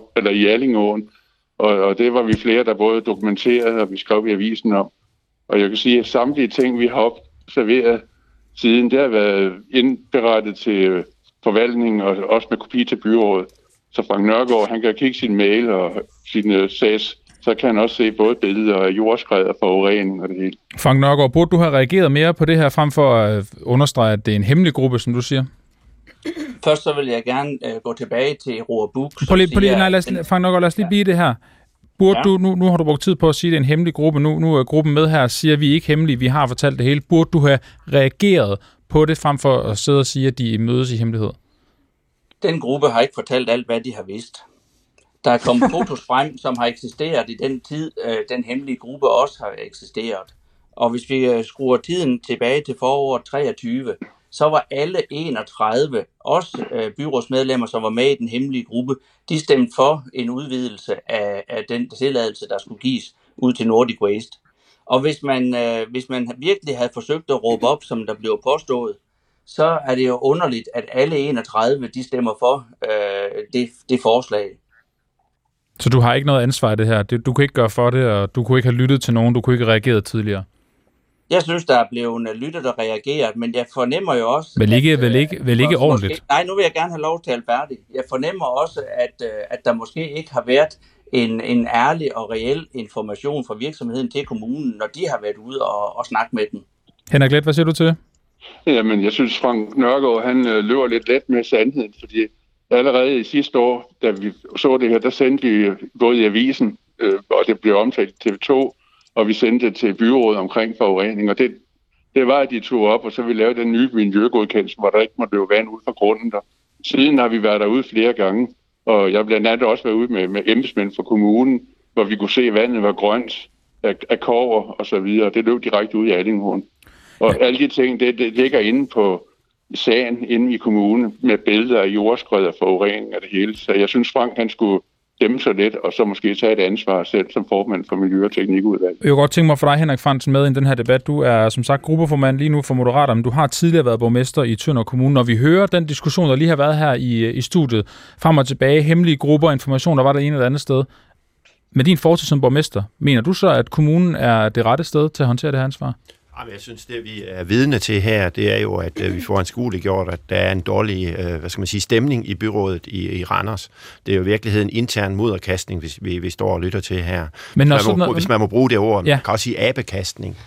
i Allingåen, og det var vi flere, der både dokumenterede og vi skrev i avisen om. Og jeg kan sige, at samtlige ting, vi har observeret siden, det har været indberettet til forvaltningen og også med kopi til byrådet. Så Frank Nørgaard, han kan kigge sin mail og sin sags, så kan han også se både billeder af jordskred og forurening og det hele. Frank Nørgaard, burde du have reageret mere på det her, frem for at understrege, at det er en hemmelig gruppe, som du siger? Først så vil jeg gerne gå tilbage til Roar Buch. Frank Nørgaard, lad os lige blive det her. Burde du, nu har du brugt tid på at sige, at det er en hemmelig gruppe, nu er gruppen med her, siger vi ikke hemmelige, vi har fortalt det hele. Burde du have reageret på det, frem for at sidde og sige, at de mødes i hemmelighed? Den gruppe har ikke fortalt alt, hvad de har vidst. Der er kommet fotos frem, som har eksisteret i den tid, den hemmelige gruppe også har eksisteret. Og hvis vi skruer tiden tilbage til foråret 23, så var alle 31, også byrådsmedlemmer, som var med i den hemmelige gruppe, de stemte for en udvidelse af den tilladelse, der skulle gives ud til Nordic Waste. Og hvis man virkelig havde forsøgt at råbe op, som der blev påstået, så er det jo underligt, at alle 31, de stemmer for det forslag. Så du har ikke noget ansvar i det her? Du kan ikke gøre for det, og du kunne ikke have lyttet til nogen, du kunne ikke have reageret tidligere? Jeg synes, der er blevet lyttet og reageret, men jeg fornemmer jo også... Vel ikke ordentligt? Nej, nu vil jeg gerne have lov til at tale færdigt. Jeg fornemmer også, at der måske ikke har været en ærlig og reel information fra virksomheden til kommunen, når de har været ude og snakke med den. Henrik Let, hvad siger du til det? Jamen, jeg synes, Frank Nørgaard, han løber lidt let med sandheden, fordi allerede i sidste år, da vi så det her, der sendte vi både i avisen, og det blev omtalt i TV2, og vi sendte det til byrådet omkring forurening, og det var, at de tog op, og så vi lavede den nye miljøgodkendelse, hvor der ikke måtte løbe vand ud fra grunden der. Siden har vi været derude flere gange, og jeg blandt andet også været ude med embedsmænd fra kommunen, hvor vi kunne se, at vandet var grønt af kobber og så videre. Det løb direkte ud i Allinghorn. Og alle de ting, det ligger inde på sagen inde i kommunen med billeder af jordskred og forurening og det hele. Så jeg synes, Frank han skulle dæmme sig lidt, og så måske tage et ansvar selv som formand for Miljø- og Teknikudvalget. Jeg kunne godt tænke mig for dig, Henrik Frandsen, med i den her debat. Du er som sagt gruppeformand lige nu for Moderaterne. Du har tidligere været borgmester i Tønder Kommune. Når vi hører den diskussion, der lige har været her i studiet, frem og tilbage, hemmelige grupper, information, der var der ene eller andet sted. Med din fortid som borgmester, mener du så, at kommunen er det rette sted til at håndtere det her ansvar? Jeg synes, det vi er vidne til her, det er jo, at vi får anskueliggjort, at der er en dårlig stemning i byrådet i Randers. Det er jo i virkeligheden intern mudderkastning, hvis vi står og lytter til her. Men hvis man må bruge det ord, man kan også sige abekastning.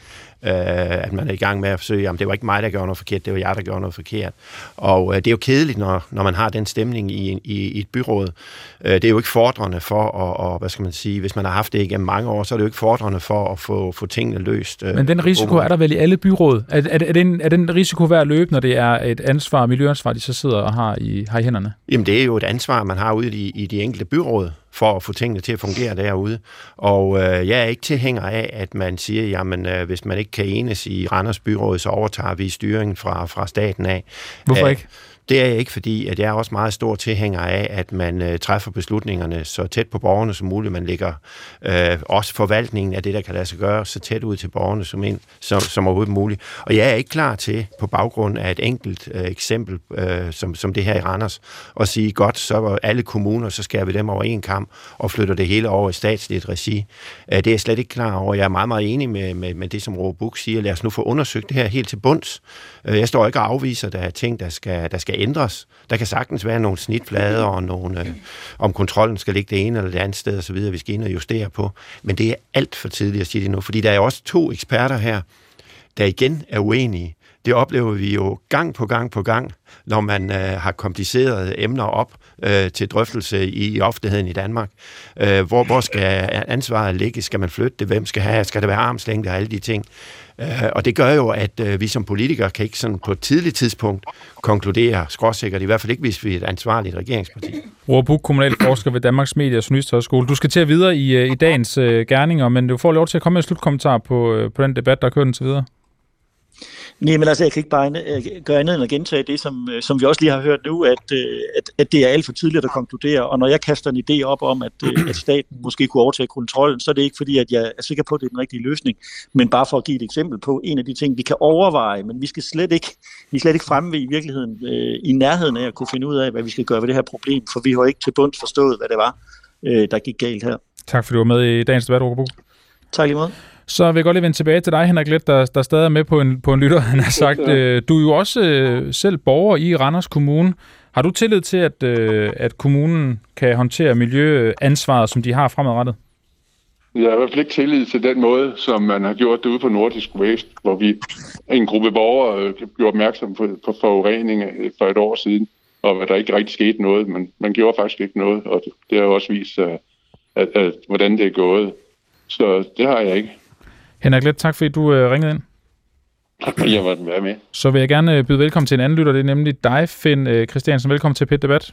At man er i gang med at forsøge, jamen det var ikke mig, der gjorde noget forkert, det var jeg, der gjorde noget forkert. Og det er jo kedeligt, når man har den stemning i et byråd. Det er jo ikke fordrende for, og hvis man har haft det igennem mange år, så er det jo ikke fordrende for at få tingene løst. Men den risiko er der vel i alle byråd? Er den risiko værd at løbe, når det er et ansvar, miljøansvar, de så sidder og har i hænderne? Jamen det er jo et ansvar, man har ude i de enkelte byråd, for at få tingene til at fungere derude. Og jeg er ikke tilhænger af, at man siger, jamen hvis man ikke kan enes i Randers Byråd, så overtager vi styringen fra staten af. Hvorfor ikke? Det er jeg ikke, fordi at jeg er også meget stor tilhænger af, at man træffer beslutningerne så tæt på borgerne som muligt. Man lægger også forvaltningen af det, der kan lade sig gøre, så tæt ud til borgerne som overhovedet muligt. Og jeg er ikke klar til, på baggrund af et enkelt eksempel, som det her i Randers, at sige, godt, så var alle kommuner, så skærer vi dem over en kam og flytter det hele over i statsligt regi. Det er jeg slet ikke klar over. Jeg er meget, meget enig med det, som Roar Buch siger. Lad os nu få undersøgt det her helt til bunds. Jeg står ikke og afviser, at der er ting, der skal ændres. Der kan sagtens være nogle snitflader og nogle, om kontrollen skal ligge det ene eller det andet sted og så videre, vi skal ind og justere på. Men det er alt for tidligt at sige det nu, fordi der er også 2 eksperter her, der igen er uenige. Det oplever vi jo gang på gang, når man har komplicerede emner op til drøftelse i offentligheden i Danmark. Hvor skal ansvaret ligge? Skal man flytte det? Hvem skal have? Skal der være armslængde og alle de ting? Og det gør jo, at vi som politikere kan ikke sådan på et tidligt tidspunkt konkludere skråsikkert, i hvert fald ikke, hvis vi er et ansvarligt regeringsparti. Roar Buch, kommunalforsker ved Danmarks Medie- og Journalisthøjskole. Du skal til at videre i dagens gerninger, men du får lov til at komme med en slutkommentar på den debat, der kører den til videre. Nej, men altså, jeg kan ikke bare gøre andet end at gentage det, som vi også lige har hørt nu, at det er alt for tidligt at konkludere. Og når jeg kaster en idé op om, at staten måske kunne overtage kontrollen, så er det ikke fordi, at jeg er sikker på, at det er den rigtige løsning, men bare for at give et eksempel på en af de ting, vi kan overveje, men vi er slet ikke fremme ved i virkeligheden i nærheden af at kunne finde ud af, hvad vi skal gøre ved det her problem, for vi har ikke til bunds forstået, hvad det var, der gik galt her. Tak fordi du var med i dagens debat, Roar Buch. Tak lige måde. Så vil jeg godt lige vende tilbage til dig, Henrik Leth, der stadig er med på en lytter. Han har sagt, du er jo også selv borger i Randers Kommune. Har du tillid til, at kommunen kan håndtere miljøansvaret, som de har fremadrettet? Jeg har i hvert fald ikke tillid til den måde, som man har gjort det ude på Nordisk Waste, hvor vi en gruppe borgere gjorde opmærksom på forurening for et år siden, og at der ikke rigtig skete noget, men man gjorde faktisk ikke noget, og det har jo også vist, at hvordan det er gået. Så det har jeg ikke. Henrik Leth, tak fordi du ringede ind. Jeg måtte være med. Så vil jeg gerne byde velkommen til en anden lytter, det er nemlig dig, Finn Christiansen. Velkommen til Pet Debat.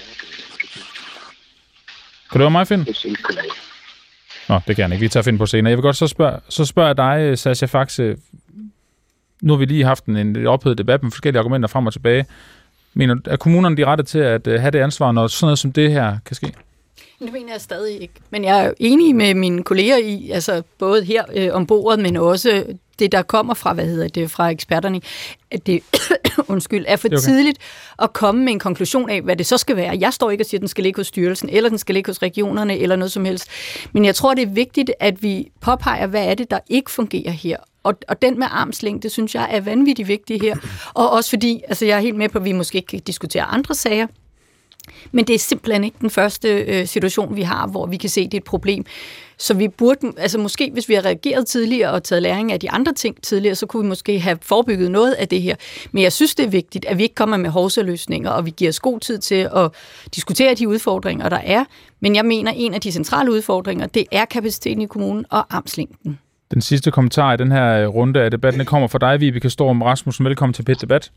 Kan du høre mig, Finn? Nå, det kan jeg ikke. Vi tager Finn på scenen. Jeg vil godt så spørge dig, Sascha Faxe. Nu har vi lige haft en ophedet debat med forskellige argumenter frem og tilbage. Mener er kommunerne de rette til at have det ansvar, når sådan noget som det her kan ske? Det mener jeg stadig ikke. Men jeg er enig med mine kolleger i, altså både her om bordet, men også det, der kommer fra, fra eksperterne, at det er for tidligt at komme med en konklusion af, hvad det så skal være. Jeg står ikke og siger, at den skal ligge hos styrelsen, eller den skal ligge hos regionerne, eller noget som helst. Men jeg tror, det er vigtigt, at vi påpeger, hvad er det, der ikke fungerer her. Og den med armslængde, synes jeg, er vanvittigt vigtig her. Og også fordi, altså jeg er helt med på, at vi måske ikke kan diskutere andre sager, men det er simpelthen ikke den første situation, vi har, hvor vi kan se, at det er et problem. Så vi burde, altså måske hvis vi har reageret tidligere og taget læring af de andre ting tidligere, så kunne vi måske have forebygget noget af det her. Men jeg synes, det er vigtigt, at vi ikke kommer med hovsaløsninger, og vi giver os god tid til at diskutere de udfordringer, der er. Men jeg mener, en af de centrale udfordringer, det er kapaciteten i kommunen og armslængden. Den sidste kommentar i den her runde af debatten kommer fra dig, Vibeke Storm Rasmussen. Velkommen til Pet Debat.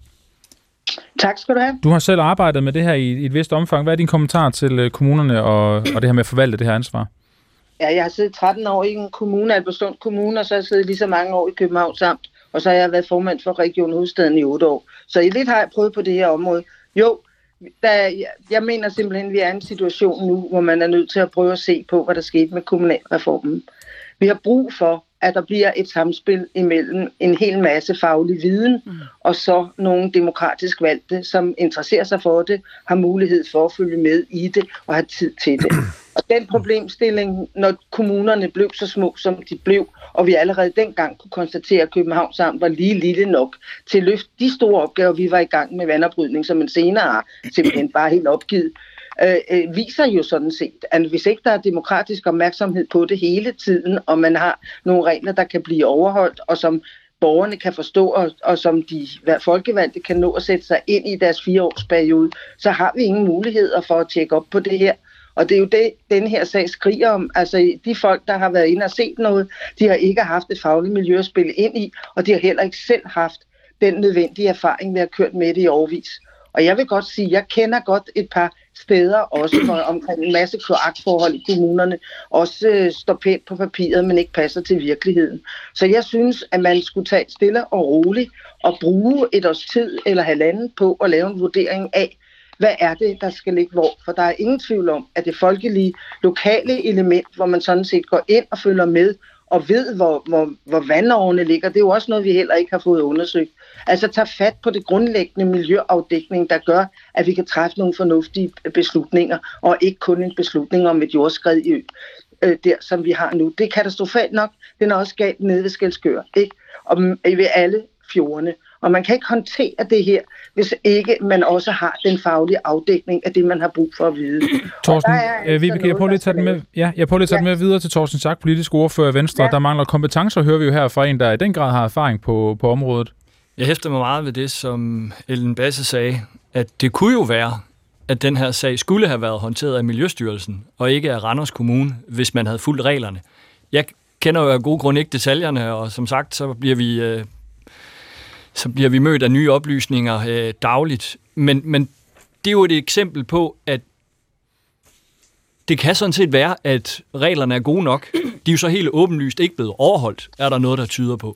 Tak skal du have. Du har selv arbejdet med det her i et vist omfang. Hvad er din kommentar til kommunerne og det her med at forvalte det her ansvar? Ja, jeg har siddet 13 år i en kommune, Albertslund Kommune, og så har jeg siddet lige så mange år i Københavns Amt, og så har jeg været formand for Region Hovedstaden i 8 år. Så lidt har jeg prøvet på det her område. Jo, jeg mener simpelthen, at vi er i en situation nu, hvor man er nødt til at prøve at se på, hvad der skete med kommunalreformen. Vi har brug for, at der bliver et samspil imellem en hel masse faglig viden, og så nogle demokratisk valgte, som interesserer sig for det, har mulighed for at følge med i det og have tid til det. Og den problemstilling, når kommunerne blev så små, som de blev, og vi allerede dengang kunne konstatere, at Københavns Amt var lige lille nok til at løfte de store opgaver, vi var i gang med vandoprydning, som man senere har simpelthen bare helt opgivet, viser jo sådan set, at hvis ikke der er demokratisk opmærksomhed på det hele tiden, og man har nogle regler, der kan blive overholdt, og som borgerne kan forstå, og som de folkevalgte kan nå at sætte sig ind i deres 4-årsperiode, så har vi ingen muligheder for at tjekke op på det her. Og det er jo det, den her sag skriger om. Altså, de folk, der har været inde og set noget, de har ikke haft et fagligt miljø at spille ind i, og de har heller ikke selv haft den nødvendige erfaring ved at have kørt med det i årevis. Og jeg vil godt sige, at jeg kender godt et par steder, også omkring en masse kloakforhold i kommunerne, også står pænt på papiret, men ikke passer til virkeligheden. Så jeg synes, at man skulle tage stille og roligt og bruge et års tid eller halvanden på at lave en vurdering af, hvad er det, der skal ligge hvor? For der er ingen tvivl om, at det folkelige, lokale element, hvor man sådan set går ind og følger med, og ved, hvor vandårene ligger, det er jo også noget, vi heller ikke har fået undersøgt. Altså tage fat på det grundlæggende miljøafdækning, der gør, at vi kan træffe nogle fornuftige beslutninger, og ikke kun en beslutning om et jordskred der, som vi har nu. Det er katastrofalt nok. Den er også galt nede ved Skælskør, ikke? Og ved alle fjordene. Og man kan ikke håndtere det her, hvis ikke man også har den faglige afdækning af det, man har brug for at vide. Torsten, Vibeke, jeg prøver lige at tage den med videre til Torsten Schack, politisk ordfører i Venstre. Ja. Der mangler kompetencer, hører vi jo her fra en, der i den grad har erfaring på området. Jeg hæfter mig meget ved det, som Ellen Basse sagde, at det kunne jo være, at den her sag skulle have været håndteret af Miljøstyrelsen, og ikke af Randers Kommune, hvis man havde fulgt reglerne. Jeg kender jo af gode grunde ikke detaljerne, og som sagt, så bliver vi mødt af nye oplysninger dagligt. Men det er jo et eksempel på, at det kan sådan set være, at reglerne er gode nok. De er jo så helt åbenlyst ikke blevet overholdt, er der noget, der tyder på.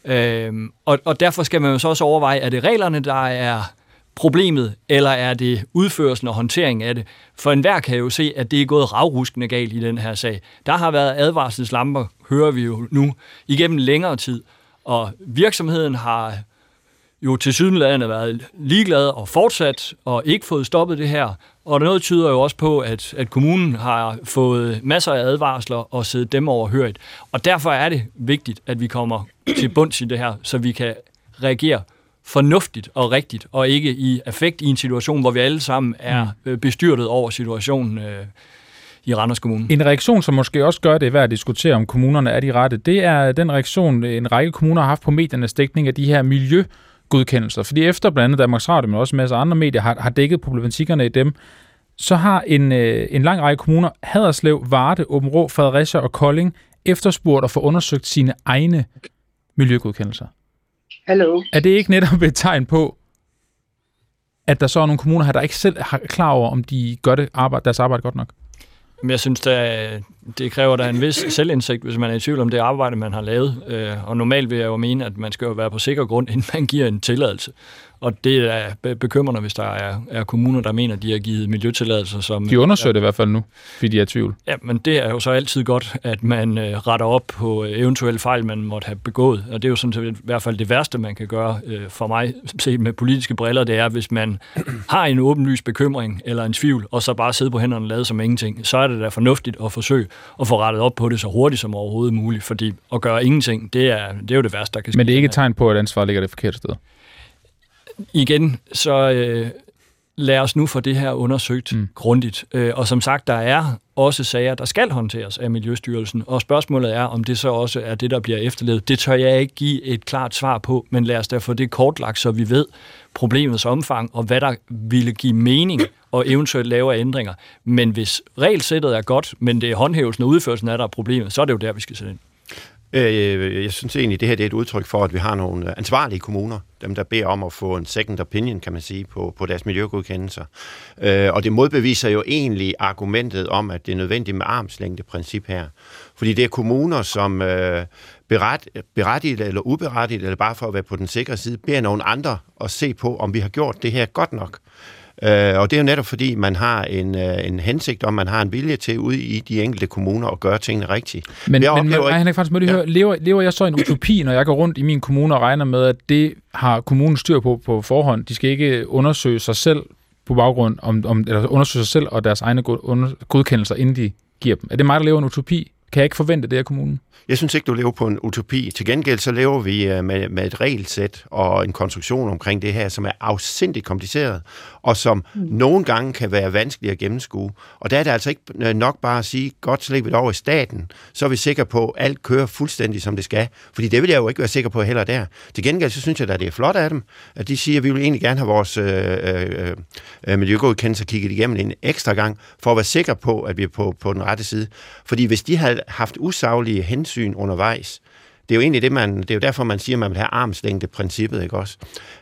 Og derfor skal man jo så også overveje, er det reglerne, der er problemet, eller er det udførelsen og håndtering af det? For enhver kan jo se, at det er gået ravruskende galt i den her sag. Der har været advarselslamper, hører vi jo nu, igennem længere tid. Og virksomheden har jo tilsyneladende været ligeglad og fortsat, og ikke fået stoppet det her. Og noget tyder jo også på, at kommunen har fået masser af advarsler og siddet dem overhørigt. Og derfor er det vigtigt, at vi kommer til bunds i det her, så vi kan reagere fornuftigt og rigtigt, og ikke i affekt i en situation, hvor vi alle sammen er bestyrtet over situationen i Randers Kommune. En reaktion, som måske også gør det værd at diskutere, om kommunerne er de rette, det er den reaktion, en række kommuner har haft på mediernes dækning af de her miljøgodkendelser. Fordi efter blandt andet Danmarks Radio, men også en masse andre medier, har dækket problematikkerne i dem, så har en lang række kommuner, Haderslev, Varde, Aabenraa, Fredericia og Kolding, efterspurgt og få undersøgt sine egne miljøgodkendelser. Hallo. Er det ikke netop et tegn på, at der så er nogle kommuner her, der ikke selv er klar over, om de gør deres arbejde godt nok? Men jeg synes, det kræver da en vis selvindsigt, hvis man er i tvivl om det arbejde, man har lavet. Og normalt vil jeg jo mene, at man skal jo være på sikker grund, inden man giver en tilladelse. Og det er bekymrende, hvis der er kommuner, der mener, at de har givet miljøtilladelser. Som de undersøger det i hvert fald nu, fordi de er i tvivl. Ja, men det er jo så altid godt, at man retter op på eventuelle fejl, man måtte have begået. Og det er jo sådan i hvert fald det værste, man kan gøre for mig, set med politiske briller, det er, hvis man har en åbenlys bekymring eller en tvivl, og så bare sidde på hænderne og lade som ingenting. Så er det da fornuftigt at forsøge at få rettet op på det så hurtigt som overhovedet muligt, fordi at gøre ingenting, det er jo det værste, der kan ske. Men det er ikke et tegn på, at ansvaret ligger det forkerte sted? Igen, så lad os nu få det her undersøgt grundigt. Og som sagt, der er også sager, der skal håndteres af Miljøstyrelsen, og spørgsmålet er, om det så også er det, der bliver efterlevet. Det tør jeg ikke give et klart svar på, men lad os da få det kortlagt, så vi ved problemets omfang, og hvad der ville give mening, og eventuelt lave ændringer. Men hvis regelsættet er godt, men det er håndhævelsen og udførelsen af der er problemet, så er det jo der, vi skal sætte ind. Jeg synes egentlig, det her det er et udtryk for, at vi har nogle ansvarlige kommuner, dem der beder om at få en second opinion, kan man sige, på deres miljøgodkendelser. Og det modbeviser jo egentlig argumentet om, at det er nødvendigt med armslængdeprincip her. Fordi det er kommuner, som berettiget eller uberettiget, eller bare for at være på den sikre side, beder nogle andre at se på, om vi har gjort det her godt nok. Og det er jo netop fordi, man har en hensigt om, man har en vilje til ude i de enkelte kommuner at gøre tingene rigtigt. Men Henrik Frandsen, må lige høre, lever jeg så en utopi, når jeg går rundt i min kommune og regner med, at det har kommunen styr på forhånd? De skal ikke undersøge sig selv på baggrund eller undersøge sig selv og deres egne godkendelser, inden de giver dem. Er det mig, der lever en utopi? Kan jeg ikke forvente det af kommunen? Jeg synes ikke, du lever på en utopi. Til gengæld så lever vi med et regelsæt og en konstruktion omkring det her, som er afsindigt kompliceret, og som nogle gange kan være vanskeligt at gennemskue. Og der er det altså ikke nok bare at sige, godt, så lægger vi det over i staten, så er vi sikre på, at alt kører fuldstændig, som det skal. Fordi det vil jeg jo ikke være sikker på heller der. Til gengæld så synes jeg, at det er flot af dem, at de siger, at vi vil egentlig gerne have vores miljøgodkendelser kigget igennem en ekstra gang, for at være sikre på, at vi er på den rette side. Fordi hvis de havde haft usaglige hensyn undervejs, det er jo egentlig det er jo derfor, man siger, at man vil have armslængdeprincippet, ikke også?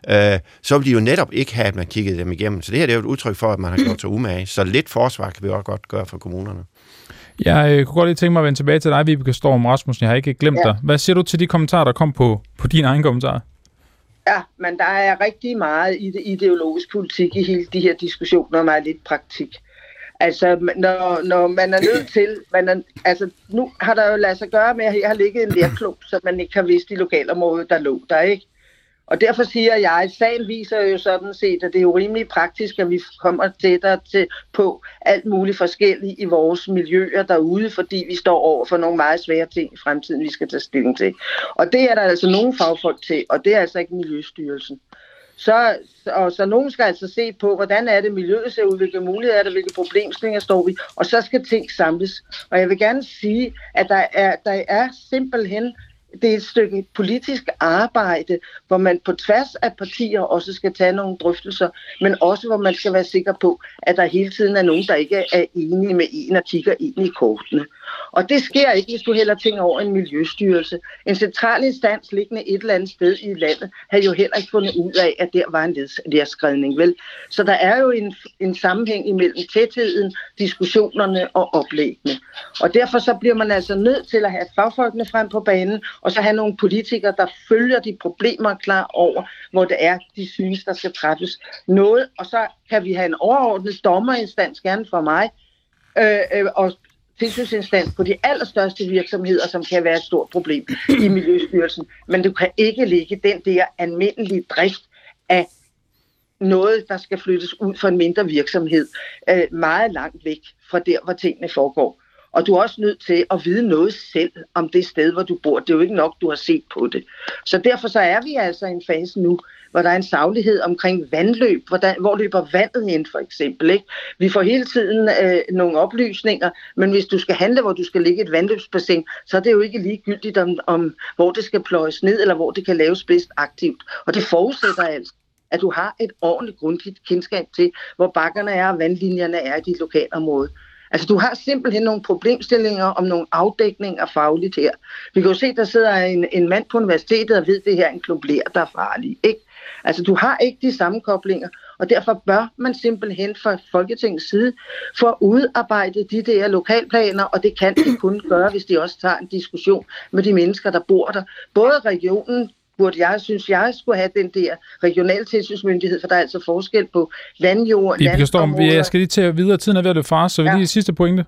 Så vil de jo netop ikke have, at man kiggede dem igennem. Så det her det er jo et udtryk for, at man har gjort sig umage. Så lidt forsvar kan vi også godt gøre for kommunerne. Jeg kunne godt lige tænke mig at vende tilbage til dig, Vibeke Storm Rasmussen. Jeg har ikke glemt dig. Hvad siger du til de kommentarer, der kom på din egen kommentar? Ja, men der er rigtig meget i det ideologisk politik i hele de her diskussioner, og meget lidt praktik. Altså, når man er nødt til... nu har der jo ladet sig gøre med, at her har ligget en lærklump, så man ikke har vidst i lokalområdet, der lå der, ikke? Og derfor siger jeg, at sagen viser jo sådan set, at det er jo rimelig praktisk, at vi kommer tættere på alt muligt forskelligt i vores miljøer derude, fordi vi står over for nogle meget svære ting i fremtiden, vi skal tage stilling til. Og det er der altså nogle fagfolk til, og det er altså ikke Miljøstyrelsen. Så nogen skal altså se på, hvordan er det miljøet ser ud, hvilke muligheder er der, hvilke problemstillinger står vi, og så skal ting samles. Og jeg vil gerne sige, at der er simpelthen, det er et stykke politisk arbejde, hvor man på tværs af partier også skal tage nogle drøftelser, men også hvor man skal være sikker på, at der hele tiden er nogen, der ikke er enige med en og kigger ind i kortene. Og det sker ikke, hvis du hælder ting over en miljøstyrelse. En central instans liggende et eller andet sted i landet har jo heller ikke fundet ud af, at der var en lerskredning, vel? Så der er jo en sammenhæng imellem tætheden, diskussionerne og oplæggene. Og derfor så bliver man altså nødt til at have fagfolkene frem på banen, og så have nogle politikere, der følger de problemer klar over, hvor det er, de synes, der skal træffes noget. Og så kan vi have en overordnet dommerinstans, gerne for mig, og tilsynsinstans på de allerstørste virksomheder, som kan være et stort problem i Miljøstyrelsen. Men du kan ikke ligge den der almindelige drift af noget, der skal flyttes ud for en mindre virksomhed, meget langt væk fra der, hvor tingene foregår. Og du er også nødt til at vide noget selv om det sted, hvor du bor. Det er jo ikke nok, du har set på det. Så derfor så er vi altså i en fase nu, hvor der er en saglighed omkring vandløb. Hvor løber vandet hen, for eksempel, ikke? Vi får hele tiden nogle oplysninger, men hvis du skal handle, hvor du skal ligge et vandløbsbassin, så er det jo ikke ligegyldigt om hvor det skal pløjes ned, eller hvor det kan laves bedst aktivt. Og det forudsætter altså, at du har et ordentligt grundigt kendskab til, hvor bakkerne er og vandlinjerne er i dit lokalområde. Altså, du har simpelthen nogle problemstillinger om nogle afdækninger fagligt her. Vi kan jo se, der sidder en mand på universitetet og ved, at det her er en klump ler, der er farlig, ikke? Altså, du har ikke de sammenkoblinger, og derfor bør man simpelthen fra Folketingets side få udarbejdet de der lokalplaner, og det kan de kun gøre, hvis de også tager en diskussion med de mennesker, der bor der. Både regionen burde jeg skulle have den der regionale tilsynsmyndighed, for der er altså forskel på vandjord, landområder. Jeg skal lige til videre, tiden er ved at løbe fra, så vi lige sidste pointe.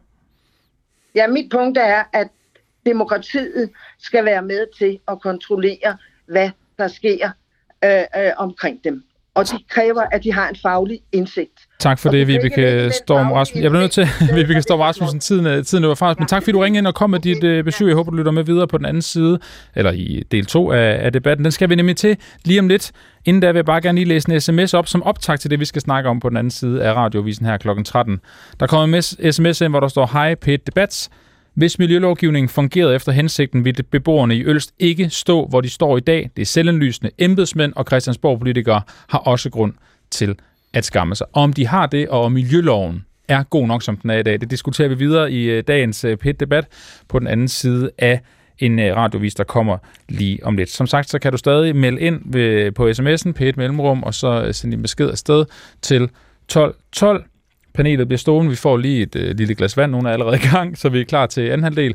Ja, mit punkt er, at demokratiet skal være med til at kontrollere, hvad der sker omkring dem. Og de kræver, at de har en faglig indsigt. Tak for det, Vibeke Storm Rasmussen. Jeg bliver nødt til, Vibeke Storm Rasmussen, tiden løber fra os. Men tak fordi du ringede ind og kom med dit besøg. Jeg håber, du lytter med videre på den anden side, eller i del 2 af debatten. Den skal vi nemlig til lige om lidt. Inden da vil jeg bare gerne lige læse en sms op, som optag til det, vi skal snakke om på den anden side af radiovisen her kl. 13. Der kommer en sms ind, hvor der står, hej P1 Debat. Hvis miljølovgivningen fungerede efter hensigten, ville beboerne i Ølst ikke stå, hvor de står i dag. Det er selvindlysende. Embedsmænd og Christiansborg-politikere har også grund til at skamme sig. Om de har det, og om miljøloven er god nok, som den er i dag, det diskuterer vi videre i dagens P1-debat på den anden side af en radiovis, der kommer lige om lidt. Som sagt, så kan du stadig melde ind på sms'en, P1 Mellemrum, og så sende din besked afsted til 1212. Panelet bliver stående. Vi får lige et lille glas vand. Nogen er allerede i gang, så vi er klar til anden halvdel.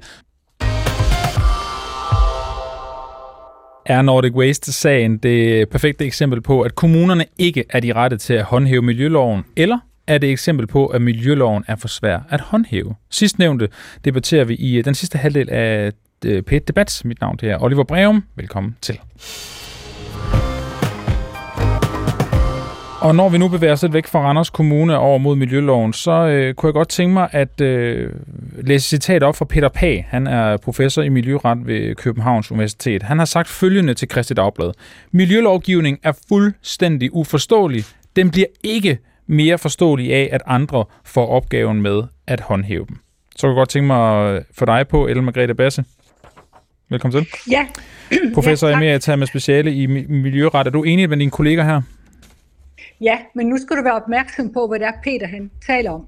Er Nordic Waste-sagen det perfekte eksempel på, at kommunerne ikke er de rette til at håndhæve miljøloven, eller er det et eksempel på, at miljøloven er for svær at håndhæve? Sidstnævnte debatterer vi i den sidste halvdel af P1 Debat. Mit navn er Oliver Breum. Velkommen til. Og når vi nu bevæger os lidt væk fra Randers Kommune over mod miljøloven, så kunne jeg godt tænke mig at læse citat op fra Peter Pagh. Han er professor i miljøret ved Københavns Universitet. Han har sagt følgende til Kristeligt Dagblad. Miljølovgivning er fuldstændig uforståelig. Den bliver ikke mere forståelig af, at andre får opgaven med at håndhæve dem. Så kan jeg godt tænke mig for dig på, Ellen Margrethe Basse. Velkommen til. Ja. Professor Emerita med speciale i miljøret. Er du enig med dine kolleger her? Ja, men nu skal du være opmærksom på, hvad det er, Peter han taler om.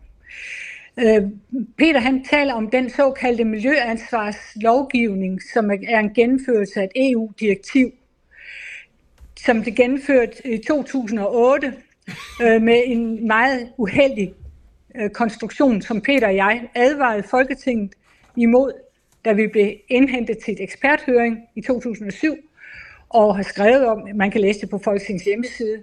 Peter han taler om den såkaldte miljøansvarslovgivning, som er en gennemførelse af et EU-direktiv, som blev gennemført i 2008 med en meget uheldig konstruktion, som Peter og jeg advarede Folketinget imod, da vi blev indhentet til et eksperthøring i 2007, og har skrevet om, man kan læse det på Folketingets hjemmeside.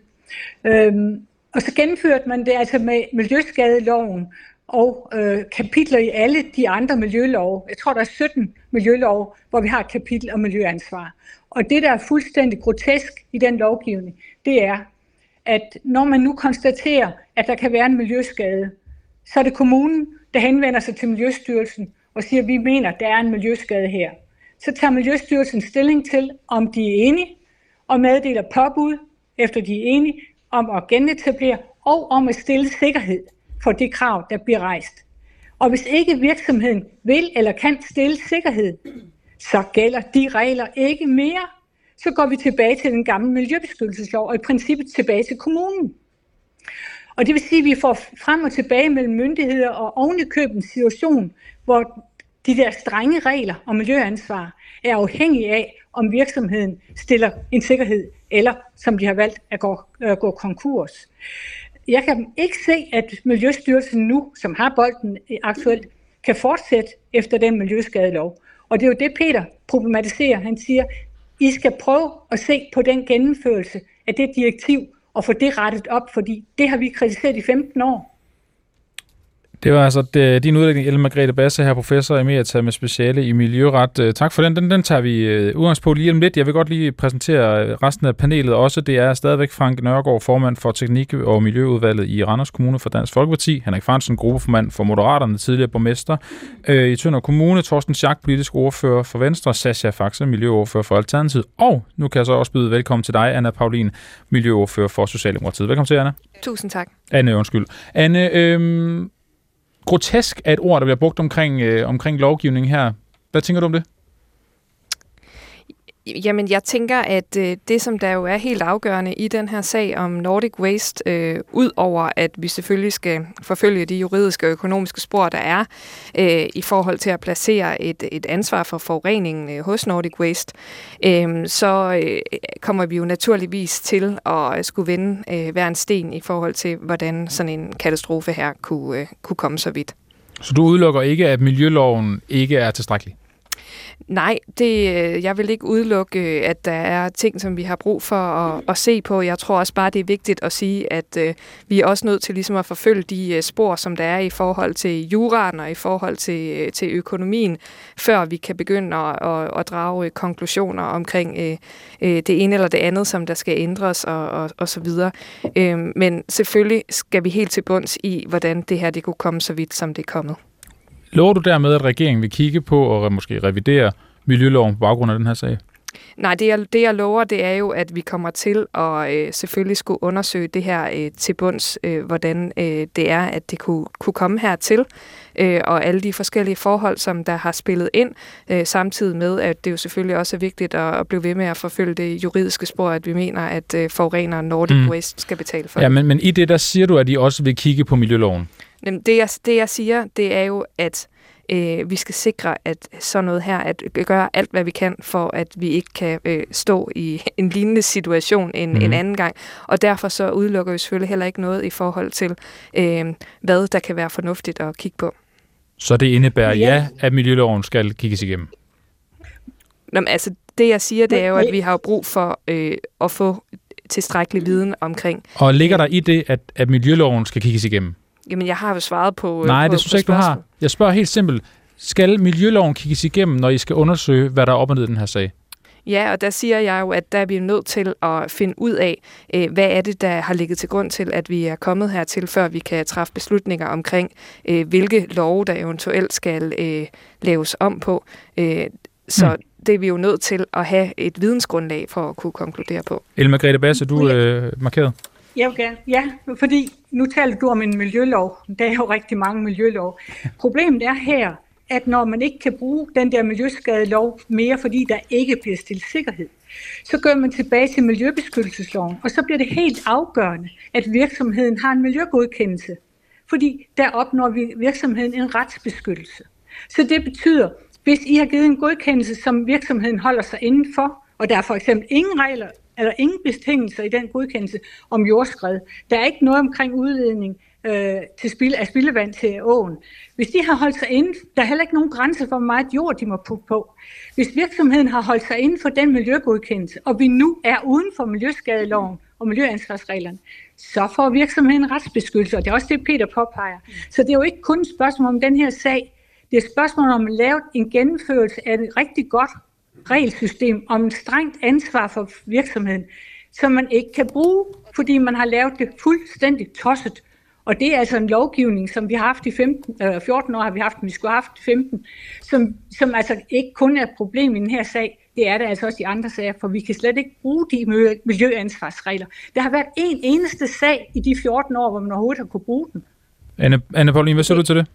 Og så gennemførte man det altså med miljøskadeloven og kapitler i alle de andre miljølove. Jeg tror, der er 17 miljølove, hvor vi har et kapitel om miljøansvar. Og det, der er fuldstændig grotesk i den lovgivning, det er, at når man nu konstaterer, at der kan være en miljøskade, så er det kommunen, der henvender sig til Miljøstyrelsen og siger, at vi mener, at der er en miljøskade her. Så tager Miljøstyrelsen stilling til, om de er enige, og meddeler påbud, efter de er enige, om at genetablere og om at stille sikkerhed for det krav, der bliver rejst. Og hvis ikke virksomheden vil eller kan stille sikkerhed, så gælder de regler ikke mere. Så går vi tilbage til den gamle miljøbeskyttelseslov og i princippet tilbage til kommunen. Og det vil sige, at vi får frem og tilbage mellem myndigheder og ovenikøbet en situation, hvor de der strenge regler om miljøansvar er afhængige af, om virksomheden stiller en sikkerhed, eller som de har valgt at gå konkurs. Jeg kan ikke se, at Miljøstyrelsen nu, som har bolden aktuelt, kan fortsætte efter den miljøskadelov. Og det er jo det, Peter problematiserer. Han siger, I skal prøve at se på den gennemførelse af det direktiv, og få det rettet op, fordi det har vi kritiseret i 15 år. Det var altså din udlægning, Ellen Margrethe Basse, her professor Emerita med speciale i miljøret. Tak for den. Den tager vi udgangspunkt lige om lidt. Jeg vil godt lige præsentere resten af panelet også. Det er stadigvæk Frank Nørgaard, formand for Teknik- og Miljøudvalget i Randers Kommune for Dansk Folkeparti. Henrik Frandsen, gruppeformand for Moderaterne, tidligere borgmester i Tønder Kommune. Torsten Schack, politisk ordfører for Venstre. Sascha Faxe, miljøordfører for Alternativet. Og nu kan jeg så også byde velkommen til dig, Anna Paulin, miljøordfører for Socialdemokratiet. Velkommen til, Anna. Tusind tak. Anne, grotesk er et ord, der bliver brugt omkring lovgivningen her. Hvad tænker du om det? Jamen, jeg tænker, at det, som der jo er helt afgørende i den her sag om Nordic Waste, ud over at vi selvfølgelig skal forfølge de juridiske og økonomiske spor, der er i forhold til at placere et ansvar for forureningen hos Nordic Waste, så kommer vi jo naturligvis til at skulle vende hver en sten i forhold til, hvordan sådan en katastrofe her kunne komme så vidt. Så du udelukker ikke, at miljøloven ikke er tilstrækkelig? Nej, jeg vil ikke udelukke, at der er ting, som vi har brug for at se på. Jeg tror også bare, det er vigtigt at sige, at vi er også nødt til ligesom at forfølge de spor, som der er i forhold til juraen og i forhold til økonomien, før vi kan begynde at drage konklusioner omkring det ene eller det andet, som der skal ændres og så videre. Men selvfølgelig skal vi helt til bunds i, hvordan det her det kunne komme så vidt, som det er kommet. Lover du dermed, at regeringen vil kigge på og måske revidere miljøloven på baggrund af den her sag? Nej, det jeg lover, det er jo, at vi kommer til at selvfølgelig skulle undersøge det her til bunds, hvordan det er, at det kunne komme hertil, og alle de forskellige forhold, som der har spillet ind, samtidig med, at det jo selvfølgelig også er vigtigt at blive ved med at forfølge det juridiske spor, at vi mener, at forureneren Nordic Waste skal betale for det. Ja, men i det, der siger du, at I også vil kigge på miljøloven? Det jeg siger, det er jo, at Vi skal sikre, at sådan noget her, at gøre alt, hvad vi kan, for at vi ikke kan stå i en lignende situation en anden gang. Og derfor så udelukker vi selvfølgelig heller ikke noget i forhold til, hvad der kan være fornuftigt at kigge på. Så det indebærer at miljøloven skal kigges igennem? Jamen, altså, det jeg siger, det er jo, at vi har brug for at få tilstrækkelig viden omkring. Og ligger der i det, at miljøloven skal kigges igennem? Jamen, jeg har jo svaret på Nej, det synes jeg ikke, du har. Jeg spørger helt simpelt. Skal miljøloven kigges igennem, når I skal undersøge, hvad der er op og ned i den her sag? Ja, og der siger jeg jo, at der er vi nødt til at finde ud af, hvad er det, der har ligget til grund til, at vi er kommet hertil, før vi kan træffe beslutninger omkring, hvilke love, der eventuelt skal laves om på. Så det er vi jo nødt til at have et vidensgrundlag for at kunne konkludere på. Ellen Margrethe Basse, du markeret. Jeg vil gerne. Ja, fordi nu taler du om en miljølov. Der er jo rigtig mange miljølov. Problemet er her, at når man ikke kan bruge den der miljøskadelov mere, fordi der ikke bliver stillet sikkerhed, så går man tilbage til miljøbeskyttelsesloven, og så bliver det helt afgørende, at virksomheden har en miljøgodkendelse, fordi der opnår virksomheden en retsbeskyttelse. Så det betyder, hvis I har givet en godkendelse, som virksomheden holder sig indenfor, og der er for eksempel ingen regler eller ingen betingelser i den godkendelse om jordskred, der er ikke noget omkring udledning af spildevand til åen. Hvis de har holdt sig inden, der er heller ikke nogen grænse for, hvor meget jord de må putte på. Hvis virksomheden har holdt sig inden for den miljøgodkendelse, og vi nu er uden for miljøskadeloven og miljøansvarsreglerne, så får virksomheden retsbeskyttelse, og det er også det, Peter påpeger. Så det er jo ikke kun et spørgsmål om den her sag, det er et spørgsmål om at lave en gennemførelse af et rigtig godt regelsystem om et strengt ansvar for virksomheden, som man ikke kan bruge, fordi man har lavet det fuldstændig tosset. Og det er altså en lovgivning, som vi har haft i 14 år, har vi haft, vi skulle have haft 15, som altså ikke kun er et problem i den her sag, det er det altså også i andre sager, for vi kan slet ikke bruge de miljøansvarsregler. Der har været en eneste sag i de 14 år, hvor man overhovedet har kunne bruge den. Anne Pauline, hvad siger du til det?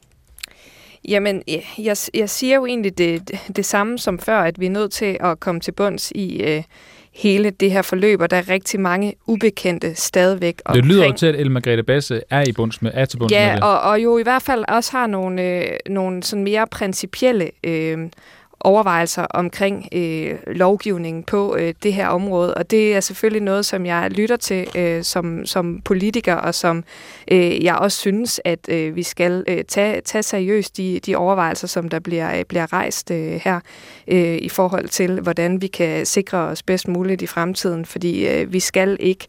Jamen, jeg siger jo egentlig det samme som før, at vi er nødt til at komme til bunds i hele det her forløb, og der er rigtig mange ubekendte stadigvæk omkring. Det lyder jo til, at Ellen Margrethe Basse er til bunds med det. Ja, og jo i hvert fald også har nogle sådan mere principielle overvejelser omkring lovgivningen på det her område, og det er selvfølgelig noget, som jeg lytter til som politiker, og som jeg også synes, at vi skal tage seriøst de overvejelser, som der bliver rejst her i forhold til, hvordan vi kan sikre os bedst muligt i fremtiden, fordi vi skal ikke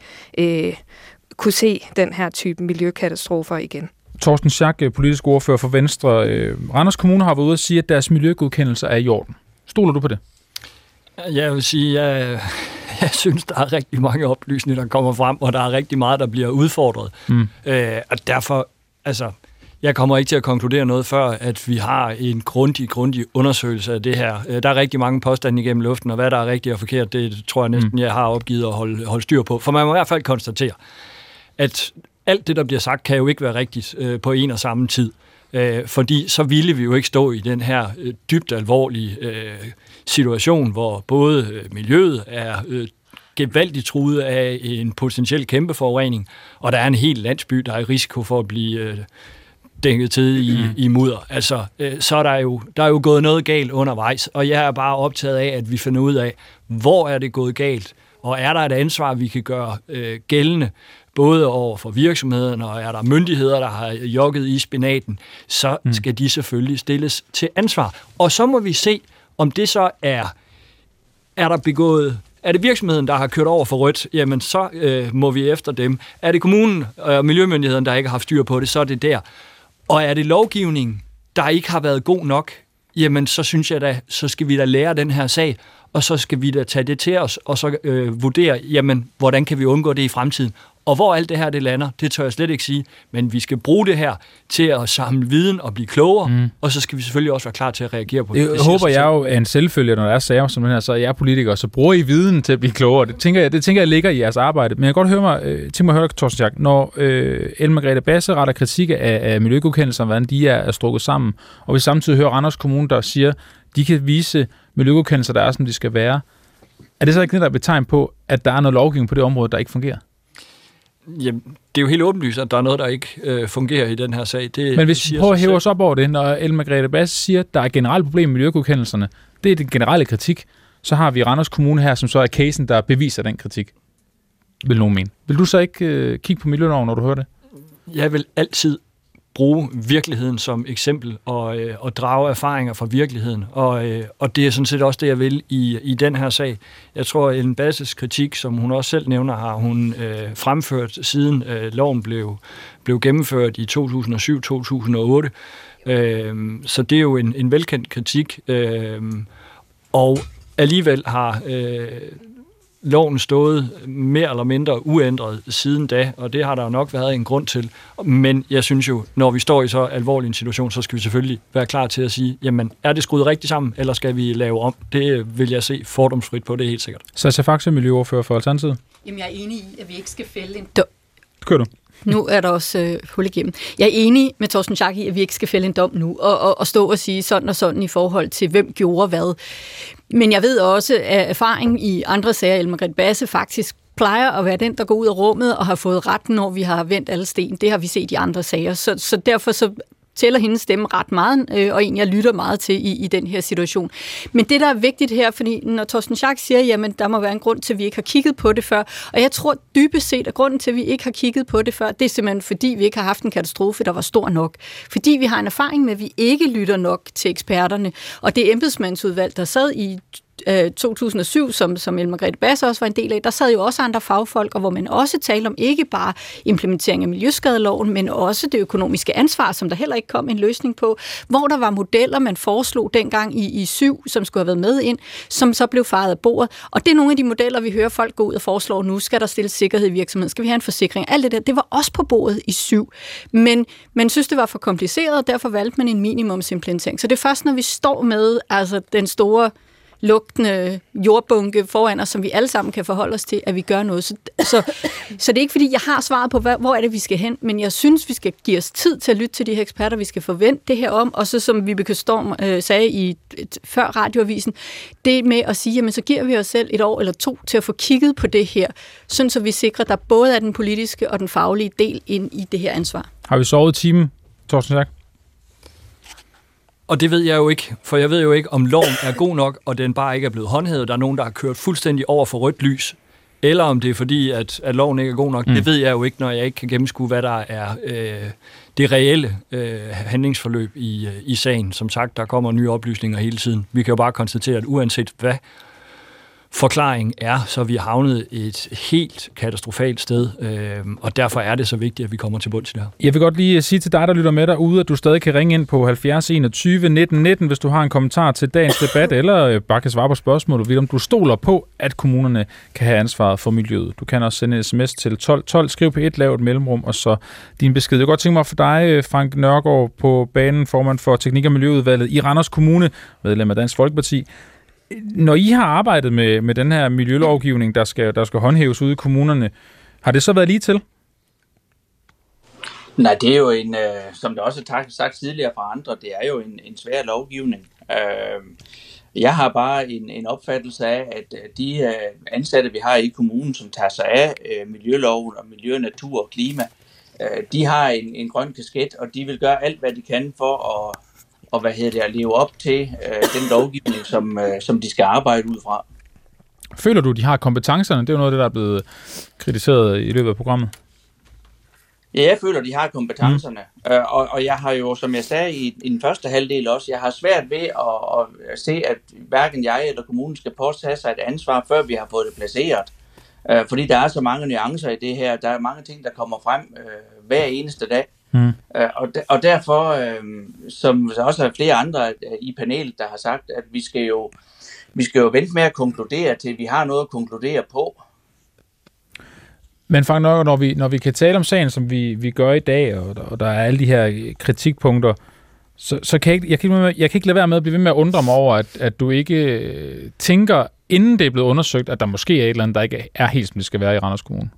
kunne se den her type miljøkatastrofer igen. Torsten Schack, politisk ordfører for Venstre. Randers Kommune har været ude at sige, at deres miljøgodkendelser er i orden. Stoler du på det? Jeg vil sige, jeg synes, der er rigtig mange oplysninger, der kommer frem, og der er rigtig meget, der bliver udfordret. Og derfor, altså, jeg kommer ikke til at konkludere noget før, at vi har en grundig undersøgelse af det her. Der er rigtig mange påstande igennem luften, og hvad der er rigtigt og forkert, det tror jeg næsten, jeg har opgivet at holde styr på. For man må i hvert fald konstatere, at alt det, der bliver sagt, kan jo ikke være rigtigt på en og samme tid. Fordi så ville vi jo ikke stå i den her dybt alvorlige situation, hvor både miljøet er gevaldigt truet af en potentiel kæmpe forurening, og der er en hel landsby, der er i risiko for at blive dækket til i mudder. Altså, så er der er jo gået noget galt undervejs, og jeg er bare optaget af, at vi finder ud af, hvor er det gået galt, og er der et ansvar, vi kan gøre gældende, både over for virksomhederne, og er der myndigheder, der har jokket i spinaten, så skal de selvfølgelig stilles til ansvar. Og så må vi se, om det så er der begået. Er det virksomheden, der har kørt over for rødt, jamen så må vi efter dem. Er det kommunen og miljømyndigheden, der ikke har haft styr på det, så er det der. Og er det lovgivningen, der ikke har været god nok, jamen så synes jeg da, så skal vi da lære den her sag, og så skal vi da tage det til os, og så vurdere, jamen hvordan kan vi undgå det i fremtiden. Og hvor alt det her det lander, det tør jeg slet ikke sige, men vi skal bruge det her til at samle viden og blive klogere, og så skal vi selvfølgelig også være klar til at reagere på det. Det håber jeg jo er en selvfølge, når der er sager som den her, så er jeg politiker, så bruger I viden til at blive klogere. Det tænker jeg ligger i jeres arbejde. Men jeg kan godt tænke mig at høre, Torsten Schack, når Ellen Margrethe Basse retter kritik af miljøgodkendelserne, hvordan de er strukket sammen, og vi samtidig hører Randers Kommune, der siger, de kan vise miljøgodkendelser, der er, som de skal være. Er det så ikke det, der er betegn på, at der er noget lovgivning på det område, der ikke fungerer? Jamen, det er jo helt åbenlyst, at der er noget, der ikke fungerer i den her sag. Men hvis vi prøver at hæve os op over det, når Ellen Margrethe Basse siger, at der er generelt problem med miljøgodkendelserne, det er den generelle kritik, så har vi Randers Kommune her, som så er casen, der beviser den kritik. Vil nogen mene. Vil du så ikke kigge på miljøloven, når du hører det? Jeg vil altid bruge virkeligheden som eksempel og drage erfaringer fra virkeligheden. Og det er sådan set også det, jeg vil i den her sag. Jeg tror, at Ellen Basses kritik, som hun også selv nævner, har hun fremført siden loven blev gennemført i 2007-2008. Så det er jo en velkendt kritik. Og alligevel har loven stået mere eller mindre uændret siden da, og det har der jo nok været en grund til. Men jeg synes jo, når vi står i så alvorlig en situation, så skal vi selvfølgelig være klar til at sige, jamen, er det skruet rigtigt sammen, eller skal vi lave om? Det vil jeg se fordomsfrit på, det er helt sikkert. Sascha Faxe, miljøordfører for Alternativet. Jamen, jeg er enig i, at vi ikke skal fælde en dom. Kører du? Nu er der også hul igennem. Jeg er enig med Torsten Schack i, at vi ikke skal fælde en dom nu, og stå og sige sådan og sådan i forhold til, hvem gjorde hvad. Men jeg ved også, at erfaring i andre sager, Ellen Margrethe Basse faktisk plejer at være den, der går ud af rummet og har fået ret, når vi har vendt alle sten. Det har vi set i andre sager. Så derfor så tæller hendes stemme ret meget, og en, jeg lytter meget til i den her situation. Men det, der er vigtigt her, fordi når Torsten Schack siger, jamen, der må være en grund til, at vi ikke har kigget på det før, og jeg tror dybest set, at grunden til, at vi ikke har kigget på det før, det er simpelthen, fordi vi ikke har haft en katastrofe, der var stor nok. Fordi vi har en erfaring med, at vi ikke lytter nok til eksperterne, og det embedsmandsudvalg, der sad i 2007, som Ellen Margrethe Basse også var en del af, der sad jo også andre fagfolk, og hvor man også talte om ikke bare implementering af miljøskadeloven, men også det økonomiske ansvar, som der heller ikke kom en løsning på, hvor der var modeller, man foreslog dengang i 7, som skulle have været med ind, som så blev faret af bordet. Og det er nogle af de modeller, vi hører folk gå ud og foreslår nu. Skal der stilles sikkerhed i virksomheden? Skal vi have en forsikring? Alt det der, det var også på bordet i 7. Men man synes, det var for kompliceret, og derfor valgte man en minimumsimplementering. Så det er først, når vi står med altså den store lugtende jordbunke foran os, som vi alle sammen kan forholde os til, at vi gør noget. Så det er ikke, fordi jeg har svaret på, hvor er det, vi skal hen, men jeg synes, vi skal give os tid til at lytte til de her eksperter, vi skal forvente det her om, og så som Vibeke Storm sagde før radioavisen, det med at sige, jamen så giver vi os selv 1 år eller 2 til at få kigget på det her, sådan så vi sikrer, at der både er den politiske og den faglige del ind i det her ansvar. Har vi sovet i timen, Torsten Schack? Og det ved jeg jo ikke, for jeg ved jo ikke, om loven er god nok, og den bare ikke er blevet håndhævet. Der er nogen, der har kørt fuldstændig over for rødt lys. Eller om det er fordi, at loven ikke er god nok. Det ved jeg jo ikke, når jeg ikke kan gennemskue, hvad der er det reelle handlingsforløb i sagen. Som sagt, der kommer nye oplysninger hele tiden. Vi kan jo bare konstatere, at uanset hvad forklaringen er, så vi har havnet et helt katastrofalt sted, og derfor er det så vigtigt, at vi kommer til bunds i det her. Jeg vil godt lige sige til dig, der lytter med derude, at du stadig kan ringe ind på 70 21 19 19, hvis du har en kommentar til dagens debat, eller bare kan svare på spørgsmålet, om du stoler på, at kommunerne kan have ansvaret for miljøet. Du kan også sende en sms til 1212, skriv på et lavt mellemrum, og så din besked. Jeg kan godt tænke mig for dig, Frank Nørgaard, på banen, formand for Teknik- og Miljøudvalget i Randers Kommune, medlem af Dansk Folkeparti. Når I har arbejdet med den her miljølovgivning, der skal håndhæves ude i kommunerne, har det så været lige til? Nej, det er jo som der også er sagt tidligere fra andre, det er jo en svær lovgivning. Jeg har bare en opfattelse af, at de ansatte, vi har i kommunen, som tager sig af miljøloven og miljø, natur og klima, de har en grøn kasket, og de vil gøre alt, hvad de kan for at leve op til den lovgivning, som de skal arbejde ud fra. Føler du, de har kompetencerne? Det er jo noget af det, der er blevet kritiseret i løbet af programmet. Ja, jeg føler, de har kompetencerne. Og jeg har jo, som jeg sagde i den første halvdel også, jeg har svært ved at se, at hverken jeg eller kommunen skal påtage sig et ansvar, før vi har fået det placeret. Fordi der er så mange nuancer i det her. Der er mange ting, der kommer frem hver eneste dag. Og derfor, som også er flere andre i panelet, der har sagt, at vi skal jo vente med at konkludere, til vi har noget at konkludere på. Men Frank Nørgaard, når vi kan tale om sagen, som vi gør i dag, og der er alle de her kritikpunkter, så kan jeg ikke lade være med at blive ved med at undre mig over, at du ikke tænker, inden det er blevet undersøgt, at der måske er et eller andet, der ikke er helt, som det skal være i Randers Kommune.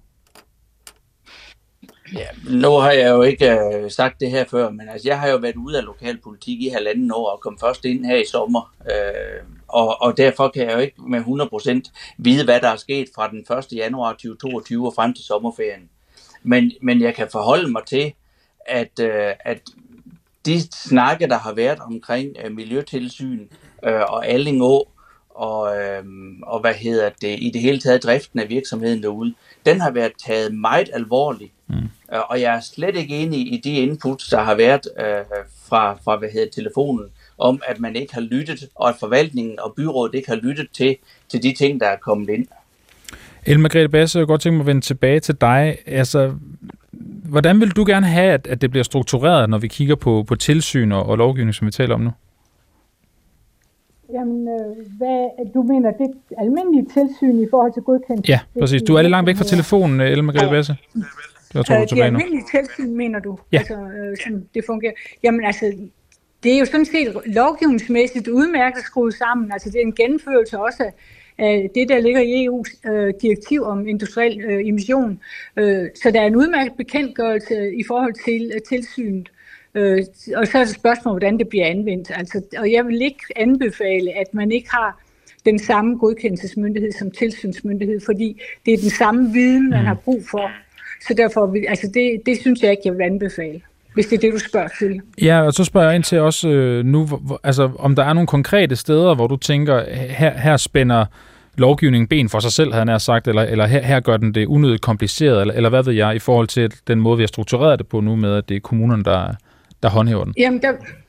Ja, nu har jeg jo ikke sagt det her før, men altså, jeg har jo været ude af lokalpolitik i 1,5 år og kom først ind her i sommer. Og derfor kan jeg jo ikke med 100% vide, hvad der er sket fra den 1. januar 2022 og frem til sommerferien. Men jeg kan forholde mig til, at de snakke, der har været omkring miljøtilsyn og Alling Å, og i det hele taget driften af virksomheden derude, den har været taget meget alvorligt. Og jeg er slet ikke enig i de inputs, der har været fra telefonen, om at man ikke har lyttet, og at forvaltningen og byrådet ikke har lyttet til de ting, der er kommet ind. Ellen Margrethe Basse, jeg kunne godt tænke mig at vende tilbage til dig. Altså, hvordan vil du gerne have, at det bliver struktureret, når vi kigger på tilsyn og lovgivning, som vi taler om nu? Jamen, hvad du mener, det almindelige tilsyn i forhold til godkendelse? Ja, præcis. Du er lidt langt væk fra telefonen, Ellen Margrethe Basse. Det almindelige tilsyn, mener du? Ja. Altså, sådan det fungerer. Jamen, altså, det er jo sådan set lovgivningsmæssigt udmærket skruet sammen. Altså, det er en gennemførelse også af det, der ligger i EU's direktiv om industriel emission. Så der er en udmærket bekendtgørelse i forhold til tilsynet. Og så er det spørgsmål, hvordan det bliver anvendt. Altså, og jeg vil ikke anbefale, at man ikke har den samme godkendelsesmyndighed som tilsynsmyndighed, fordi det er den samme viden, man har brug for. Så derfor, altså det synes jeg ikke, jeg vil anbefale, hvis det er det, du spørger til. Ja, og så spørger jeg ind til også nu, altså, om der er nogle konkrete steder, hvor du tænker, her spænder lovgivningen ben for sig selv, havde jeg sagt, eller her gør den det unødigt kompliceret, eller hvad ved jeg, i forhold til den måde, vi har struktureret det på nu, med at det er kommunerne, der håndhæver den? Jamen,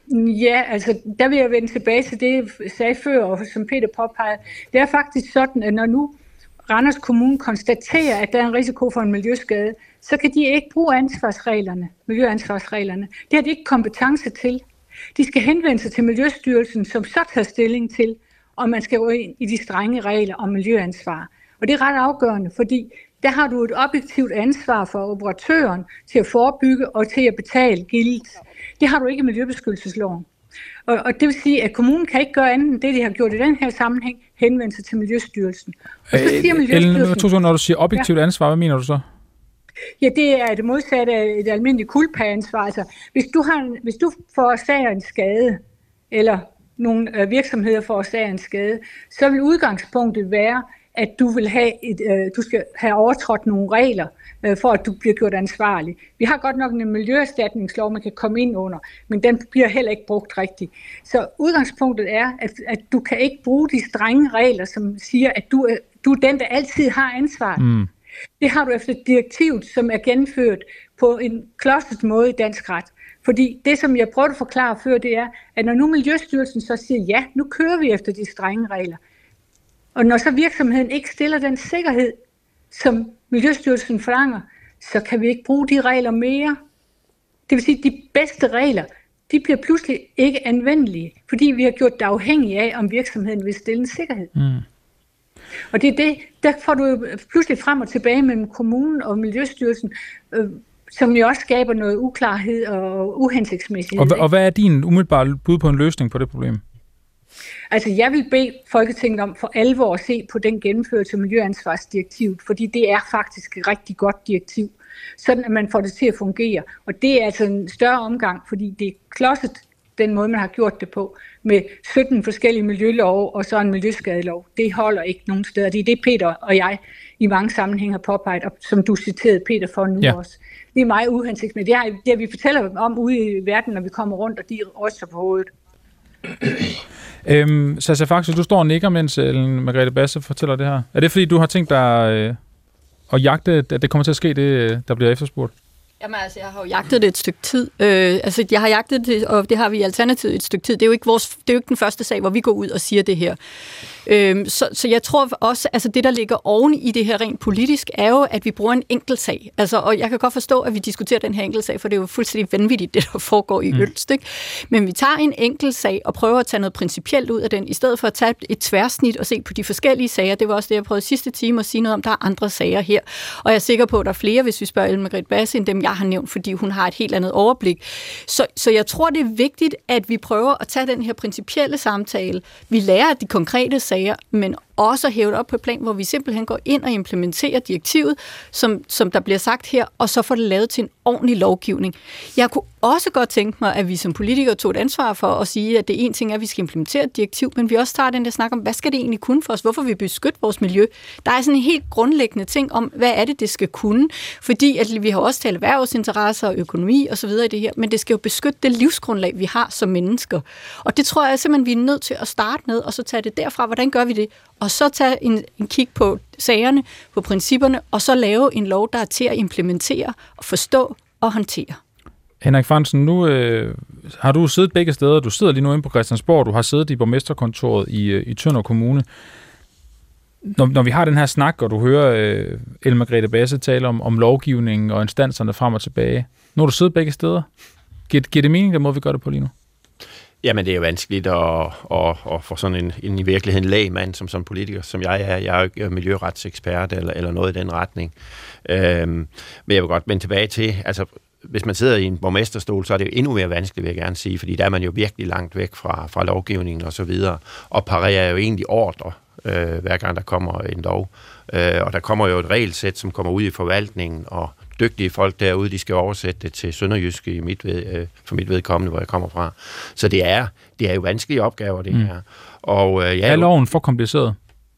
der vil jeg vende tilbage til det, jeg sagde før, og som Peter påpegede. Det er faktisk sådan, at når nu Randers Kommune konstaterer, at der er en risiko for en miljøskade, så kan de ikke bruge miljøansvarsreglerne. Det har de ikke kompetence til. De skal henvende sig til Miljøstyrelsen, som så tager stilling til, om man skal gå ind i de strenge regler om miljøansvar. Og det er ret afgørende, fordi der har du et objektivt ansvar for operatøren til at forebygge og til at betale gildet. Det har du ikke i miljøbeskyttelsesloven. Og det vil sige, at kommunen kan ikke gøre andet end det, de har gjort i den her sammenhæng, henvende sig til Miljøstyrelsen. Og så siger Miljøstyrelsen... Ellen, når du siger objektivt ansvar, hvad mener du så? Ja, det er det modsatte af et almindeligt culpa-ansvar. Altså, hvis du forårsager en skade, eller nogle virksomheder forårsager en skade, så vil udgangspunktet være, at du skal have overtrådt nogle regler, for at du bliver gjort ansvarlig. Vi har godt nok en miljøerstatningslov, man kan komme ind under, men den bliver heller ikke brugt rigtigt. Så udgangspunktet er, at du kan ikke bruge de strenge regler, som siger, at du er den, der altid har ansvaret. Det har du efter direktivet, som er gennemført på en klodset måde i dansk ret. Fordi det, som jeg prøvede at forklare før, det er, at når nu Miljøstyrelsen så siger, ja, nu kører vi efter de strenge regler, og når så virksomheden ikke stiller den sikkerhed, som Miljøstyrelsen forlanger, så kan vi ikke bruge de regler mere. Det vil sige, at de bedste regler, de bliver pludselig ikke anvendelige, fordi vi har gjort det afhængigt af, om virksomheden vil stille en sikkerhed. Og det er det, der får du jo pludselig frem og tilbage mellem kommunen og Miljøstyrelsen, som jo også skaber noget uklarhed og uhensigtsmæssighed. Og hvad er din umiddelbare bud på en løsning på det problem? Altså, jeg vil bede Folketinget om for alvor at se på den gennemførelse af miljøansvarsdirektivet, fordi det er faktisk et rigtig godt direktiv, sådan at man får det til at fungere. Og det er altså en større omgang, fordi det er klodset den måde, man har gjort det på, med 17 forskellige miljølove og så en miljøskadelov. Det holder ikke nogen steder. Det er det, Peter og jeg i mange sammenhænge har påpeget, og som du citerede Peter for nu også. Det er meget uhensigtsmæssigt. Det vi fortæller om ude i verden, når vi kommer rundt, og de ryster på hovedet. Sascha Faxe, du står og nikker, mens Ellen Margrethe Basse fortæller det her. Er det fordi, du har tænkt dig at jagte, at det kommer til at ske, det der bliver efterspurgt? Jamen altså, jeg har jo jagtet det et stykke tid. Jeg har jagtet det, og det har vi i Alternativet et stykke tid. Det er jo ikke den første sag, hvor vi går ud og siger det her. Så jeg tror også, altså det, der ligger oven i det her rent politisk, er jo, at vi bruger en enkelt sag. Altså, og jeg kan godt forstå, at vi diskuterer den her enkelt sag, for det er jo fuldstændig vanvittigt, det der foregår i Ølst, ikke? Men vi tager en enkelt sag og prøver at tage noget principielt ud af den, i stedet for at tage et tværsnit og se på de forskellige sager. Det var også det, jeg prøvede sidste time at sige noget om. Der er andre sager her. Og jeg er sikker på, at der er flere, hvis vi spørger Ellen Margrethe Basse, end dem, jeg har nævnt, fordi hun har et helt andet overblik. Så jeg tror, det er vigtigt, at vi prøver at tage den her principielle samtale. Vi lærer de konkrete sager, men også hæve op på et plan, hvor vi simpelthen går ind og implementerer direktivet, som der bliver sagt her, og så får det lavet til en ordentlig lovgivning. Jeg kunne også godt tænke mig, at vi som politikere tog et ansvar for at sige, at det en ting er, at vi skal implementere et direktiv, men vi også tager den der snak om, hvad skal det egentlig kunne for os? Hvorfor vi beskytte vores miljø? Der er sådan en helt grundlæggende ting om, hvad er det skal kunne? Fordi at vi har også talt erhvervsinteresser og økonomi og så videre i det her, men det skal jo beskytte det livsgrundlag, vi har som mennesker. Og det tror jeg simpelthen, vi er nødt til at starte med, og så tage det derfra. Hvordan gør vi det? Og så tage en kig på sagerne, på principperne, og så lave en lov, der er til at implementere og forstå og håndtere. Henrik Frandsen, nu har du siddet begge steder. Du sidder lige nu inde på Christiansborg. Du har siddet i borgmesterkontoret i Tønder Kommune. Når vi har den her snak, og du hører Ellen Margrethe Basse tale om lovgivningen og instanserne frem og tilbage. Nu har du siddet begge steder. Giver det mening, den måde vi gør det på lige nu? Jamen, det er jo vanskeligt at få sådan en i virkeligheden lægmand som sådan politiker, som jeg er. Jeg er jo ikke miljøretsekspert eller noget i den retning. Men jeg vil godt vende tilbage til, altså hvis man sidder i en borgmesterstol, så er det jo endnu mere vanskeligt, vil jeg gerne sige, fordi der er man jo virkelig langt væk fra lovgivningen og så videre, og parerer jo egentlig ordre, hver gang der kommer en lov. Og der kommer jo et regelsæt, som kommer ud i forvaltningen, og dygtige folk derude, de skal oversætte det til sønderjysk for mit vedkommende, hvor jeg kommer fra. Så det er jo vanskelige opgaver, det her. Og, er loven for kompliceret?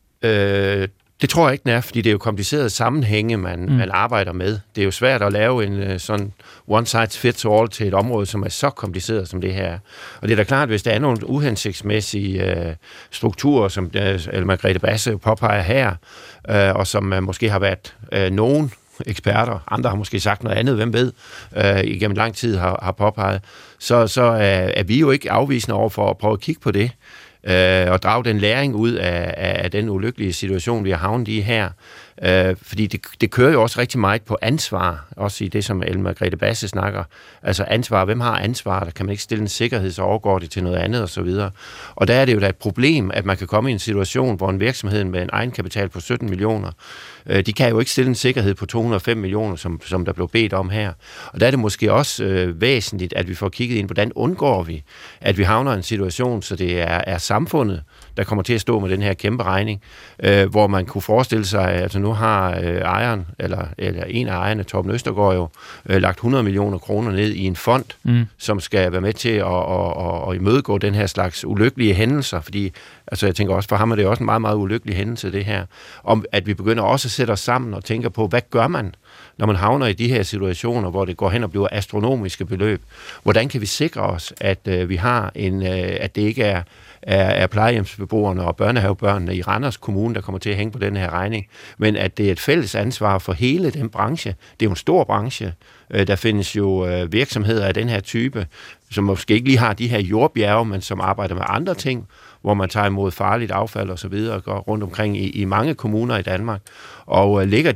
Det tror jeg ikke, den er, fordi det er jo komplicerede sammenhænge, man arbejder med. Det er jo svært at lave en sådan one size fits all til et område, som er så kompliceret som det her. Og det er da klart, hvis der er nogle uhensigtsmæssige strukturer, som Ellen Margrethe Basse påpeger her, og som måske har været nogen eksperter, andre har måske sagt noget andet, hvem ved, igennem lang tid har påpeget, så er vi jo ikke afvisende over for at prøve at kigge på det, og drage den læring ud af den ulykkelige situation, vi har havnet i her. Fordi det kører jo også rigtig meget på ansvar, også i det, som Ellen Margrethe Basse snakker. Altså ansvar, hvem har ansvar? Der kan man ikke stille en sikkerhed, så overgår det til noget andet osv. Og der er det jo da et problem, at man kan komme i en situation, hvor en virksomhed med en egenkapital på 17 millioner, de kan jo ikke stille en sikkerhed på 205 millioner, som der blev bedt om her. Og der er det måske også væsentligt, at vi får kigget ind, hvordan undgår vi, at vi havner i en situation, så det er samfundet, der kommer til at stå med den her kæmpe regning, hvor man kunne forestille sig, altså nu har ejeren, eller en af ejerne, Torben Østergaard, jo lagt 100 millioner kroner ned i en fond, som skal være med til at imødegå den her slags ulykkelige hændelser, fordi altså jeg tænker også, for ham er det også en meget, meget ulykkelig hændelse, det her, om at vi begynder også at sætte os sammen og tænker på, hvad gør man, når man havner i de her situationer, hvor det går hen og bliver astronomiske beløb? Hvordan kan vi sikre os, at vi har at det ikke er plejehjemsbeboerne og børnehavebørnene i Randers Kommune, der kommer til at hænge på den her regning, men at det er et fælles ansvar for hele den branche. Det er jo en stor branche. Der findes jo virksomheder af den her type, som måske ikke lige har de her jordbjerge, men som arbejder med andre ting, hvor man tager imod farligt affald og så videre, og går rundt omkring i mange kommuner i Danmark. Og ligger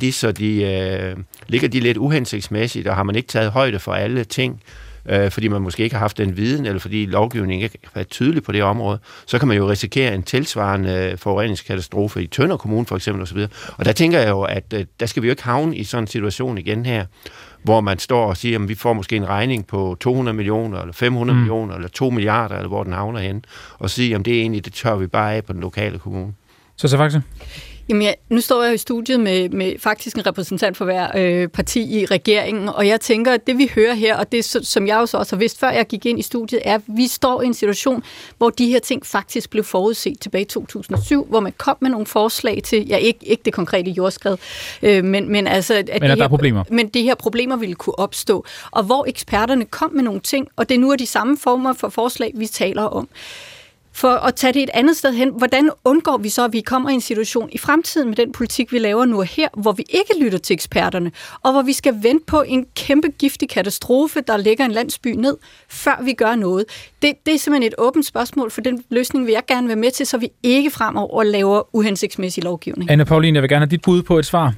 de lidt uhensigtsmæssigt, og har man ikke taget højde for alle ting, fordi man måske ikke har haft den viden, eller fordi lovgivningen ikke har været tydelig på det område, så kan man jo risikere en tilsvarende forureningskatastrofe i Tønder Kommune for eksempel osv. Og der tænker jeg jo, at der skal vi jo ikke havne i sådan en situation igen her, hvor man står og siger, at vi får måske en regning på 200 millioner, eller 500 millioner, eller 2 milliarder, eller hvor den havner hen, og sige, at det er egentlig, det tør vi bare af på den lokale kommune. Så faktisk? Jamen, nu står jeg i studiet med faktisk en repræsentant for hver parti i regeringen, og jeg tænker, at det vi hører her, og det som jeg også har vidst, før jeg gik ind i studiet, er, at vi står i en situation, hvor de her ting faktisk blev forudset tilbage i 2007, hvor man kom med nogle forslag til, ja, ikke det konkrete jordskred, men altså, at der er problemer. Men de her problemer ville kunne opstå, og hvor eksperterne kom med nogle ting, og det nu er de samme former for forslag, vi taler om. For at tage det et andet sted hen, hvordan undgår vi så, at vi kommer i en situation i fremtiden med den politik, vi laver nu og her, hvor vi ikke lytter til eksperterne, og hvor vi skal vente på en kæmpe giftig katastrofe, der lægger en landsby ned, før vi gør noget? Det er simpelthen et åbent spørgsmål, for den løsning vil jeg gerne være med til, så vi ikke fremover laver uhensigtsmæssig lovgivning. Anne Pauline, jeg vil gerne have dit bud på et svar.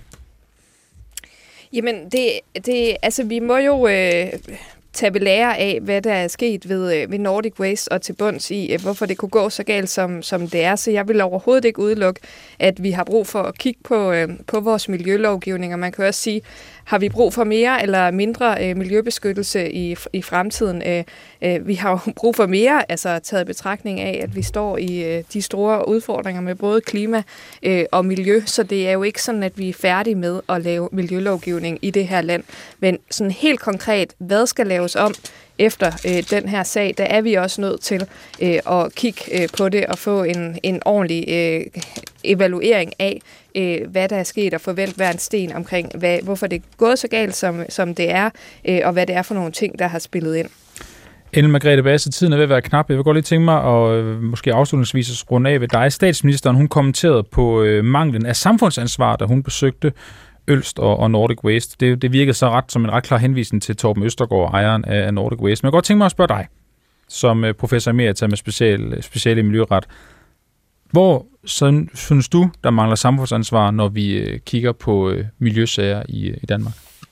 Jamen, altså vi må jo tage ved lære af, hvad der er sket ved Nordic Waste og til bunds i, hvorfor det kunne gå så galt, som det er. Så jeg vil overhovedet ikke udelukke, at vi har brug for at kigge på vores miljølovgivning, og man kan også sige, har vi brug for mere eller mindre miljøbeskyttelse i fremtiden? Vi har jo brug for mere, altså taget betragtning af, at vi står i de store udfordringer med både klima og miljø, så det er jo ikke sådan, at vi er færdige med at lave miljølovgivning i det her land. Men sådan helt konkret, hvad skal laves laves om efter den her sag, der er vi også nødt til at kigge på det og få en ordentlig evaluering af, hvad der er sket, og forvente hver en sten omkring, hvorfor det er gået så galt, som det er, og hvad det er for nogle ting, der har spillet ind. Ellen Margrethe Basse, tiden er ved at være knap. Jeg vil godt lige tænke mig at måske afslutningsvis runde af ved dig. Statsministeren, hun kommenterede på manglen af samfundsansvar, da hun besøgte Ølst og Nordic Waste. Det virkede så ret som en ret klar henvisning til Torben Østergaard, ejeren af Nordic Waste. Men jeg kan godt tænke mig at spørge dig, som professor emerita med speciale i miljøret. Hvor synes du, der mangler samfundsansvar, når vi kigger på miljøsager i Danmark?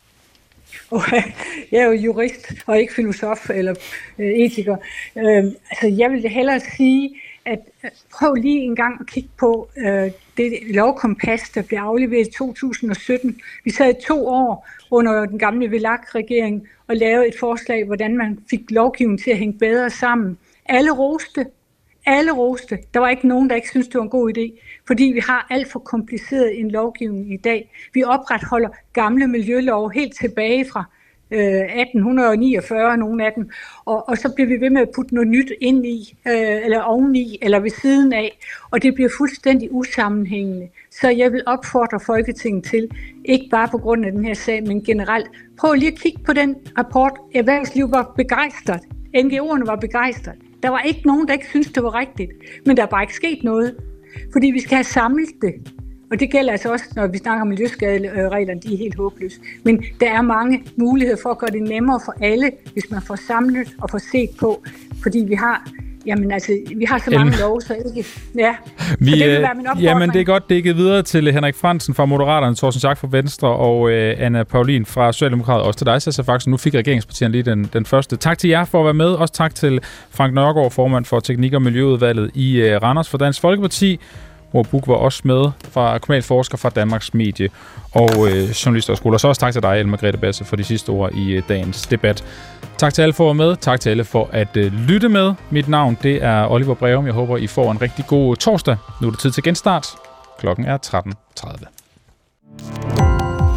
Jeg er jo jurist og ikke filosof eller etiker. Altså, jeg vil hellere sige, at prøv lige en gang at kigge på det lovkompas, der blev afleveret i 2017. Vi sad i 2 år under den gamle VLAK-regering og lavede et forslag, hvordan man fik lovgivningen til at hænge bedre sammen. Alle roste. Der var ikke nogen, der ikke syntes, det var en god idé, fordi vi har alt for kompliceret en lovgivning i dag. Vi opretholder gamle miljølove helt tilbage fra 1849, nogle af dem, og så bliver vi ved med at putte noget nyt ind i, eller oveni, eller ved siden af, og det bliver fuldstændig usammenhængende. Så jeg vil opfordre Folketinget til, ikke bare på grund af den her sag, men generelt, prøv lige at kigge på den rapport. Erhvervslivet var begejstret. NGO'erne var begejstret. Der var ikke nogen, der ikke syntes, det var rigtigt. Men der er bare ikke sket noget. Fordi vi skal have samlet det. Og det gælder altså også, når vi snakker om miljøskadereglerne, de er helt håbløse. Men der er mange muligheder for at gøre det nemmere for alle, hvis man får samlet og får set på. Fordi vi har så mange love, så ikke... Ja, så det vil være min opfordring. Jamen, det er godt dækket videre til Henrik Frandsen fra Moderaterne, Torsten Schack fra Venstre og Anna Paulin fra Socialdemokratiet. Også til dig, så faktisk nu fik regeringspartierne lige den første. Tak til jer for at være med. Også tak til Frank Nørgaard, formand for Teknik- og Miljøudvalget i Randers for Dansk Folkeparti. Hvor Buk var også med fra kommunalforsker fra Danmarks Medie og journalister og skoler. Så også tak til dig, Ellen Margrethe Basse, for de sidste ord i dagens debat. Tak til alle for at være med. Tak til alle for at lytte med. Mit navn, det er Oliver Breum. Jeg håber, I får en rigtig god torsdag. Nu er det tid til genstart. Klokken er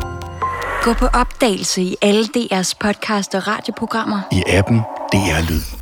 13.30. Gå på opdagelse i alle DR's podcast og radioprogrammer. I appen DR Lyd.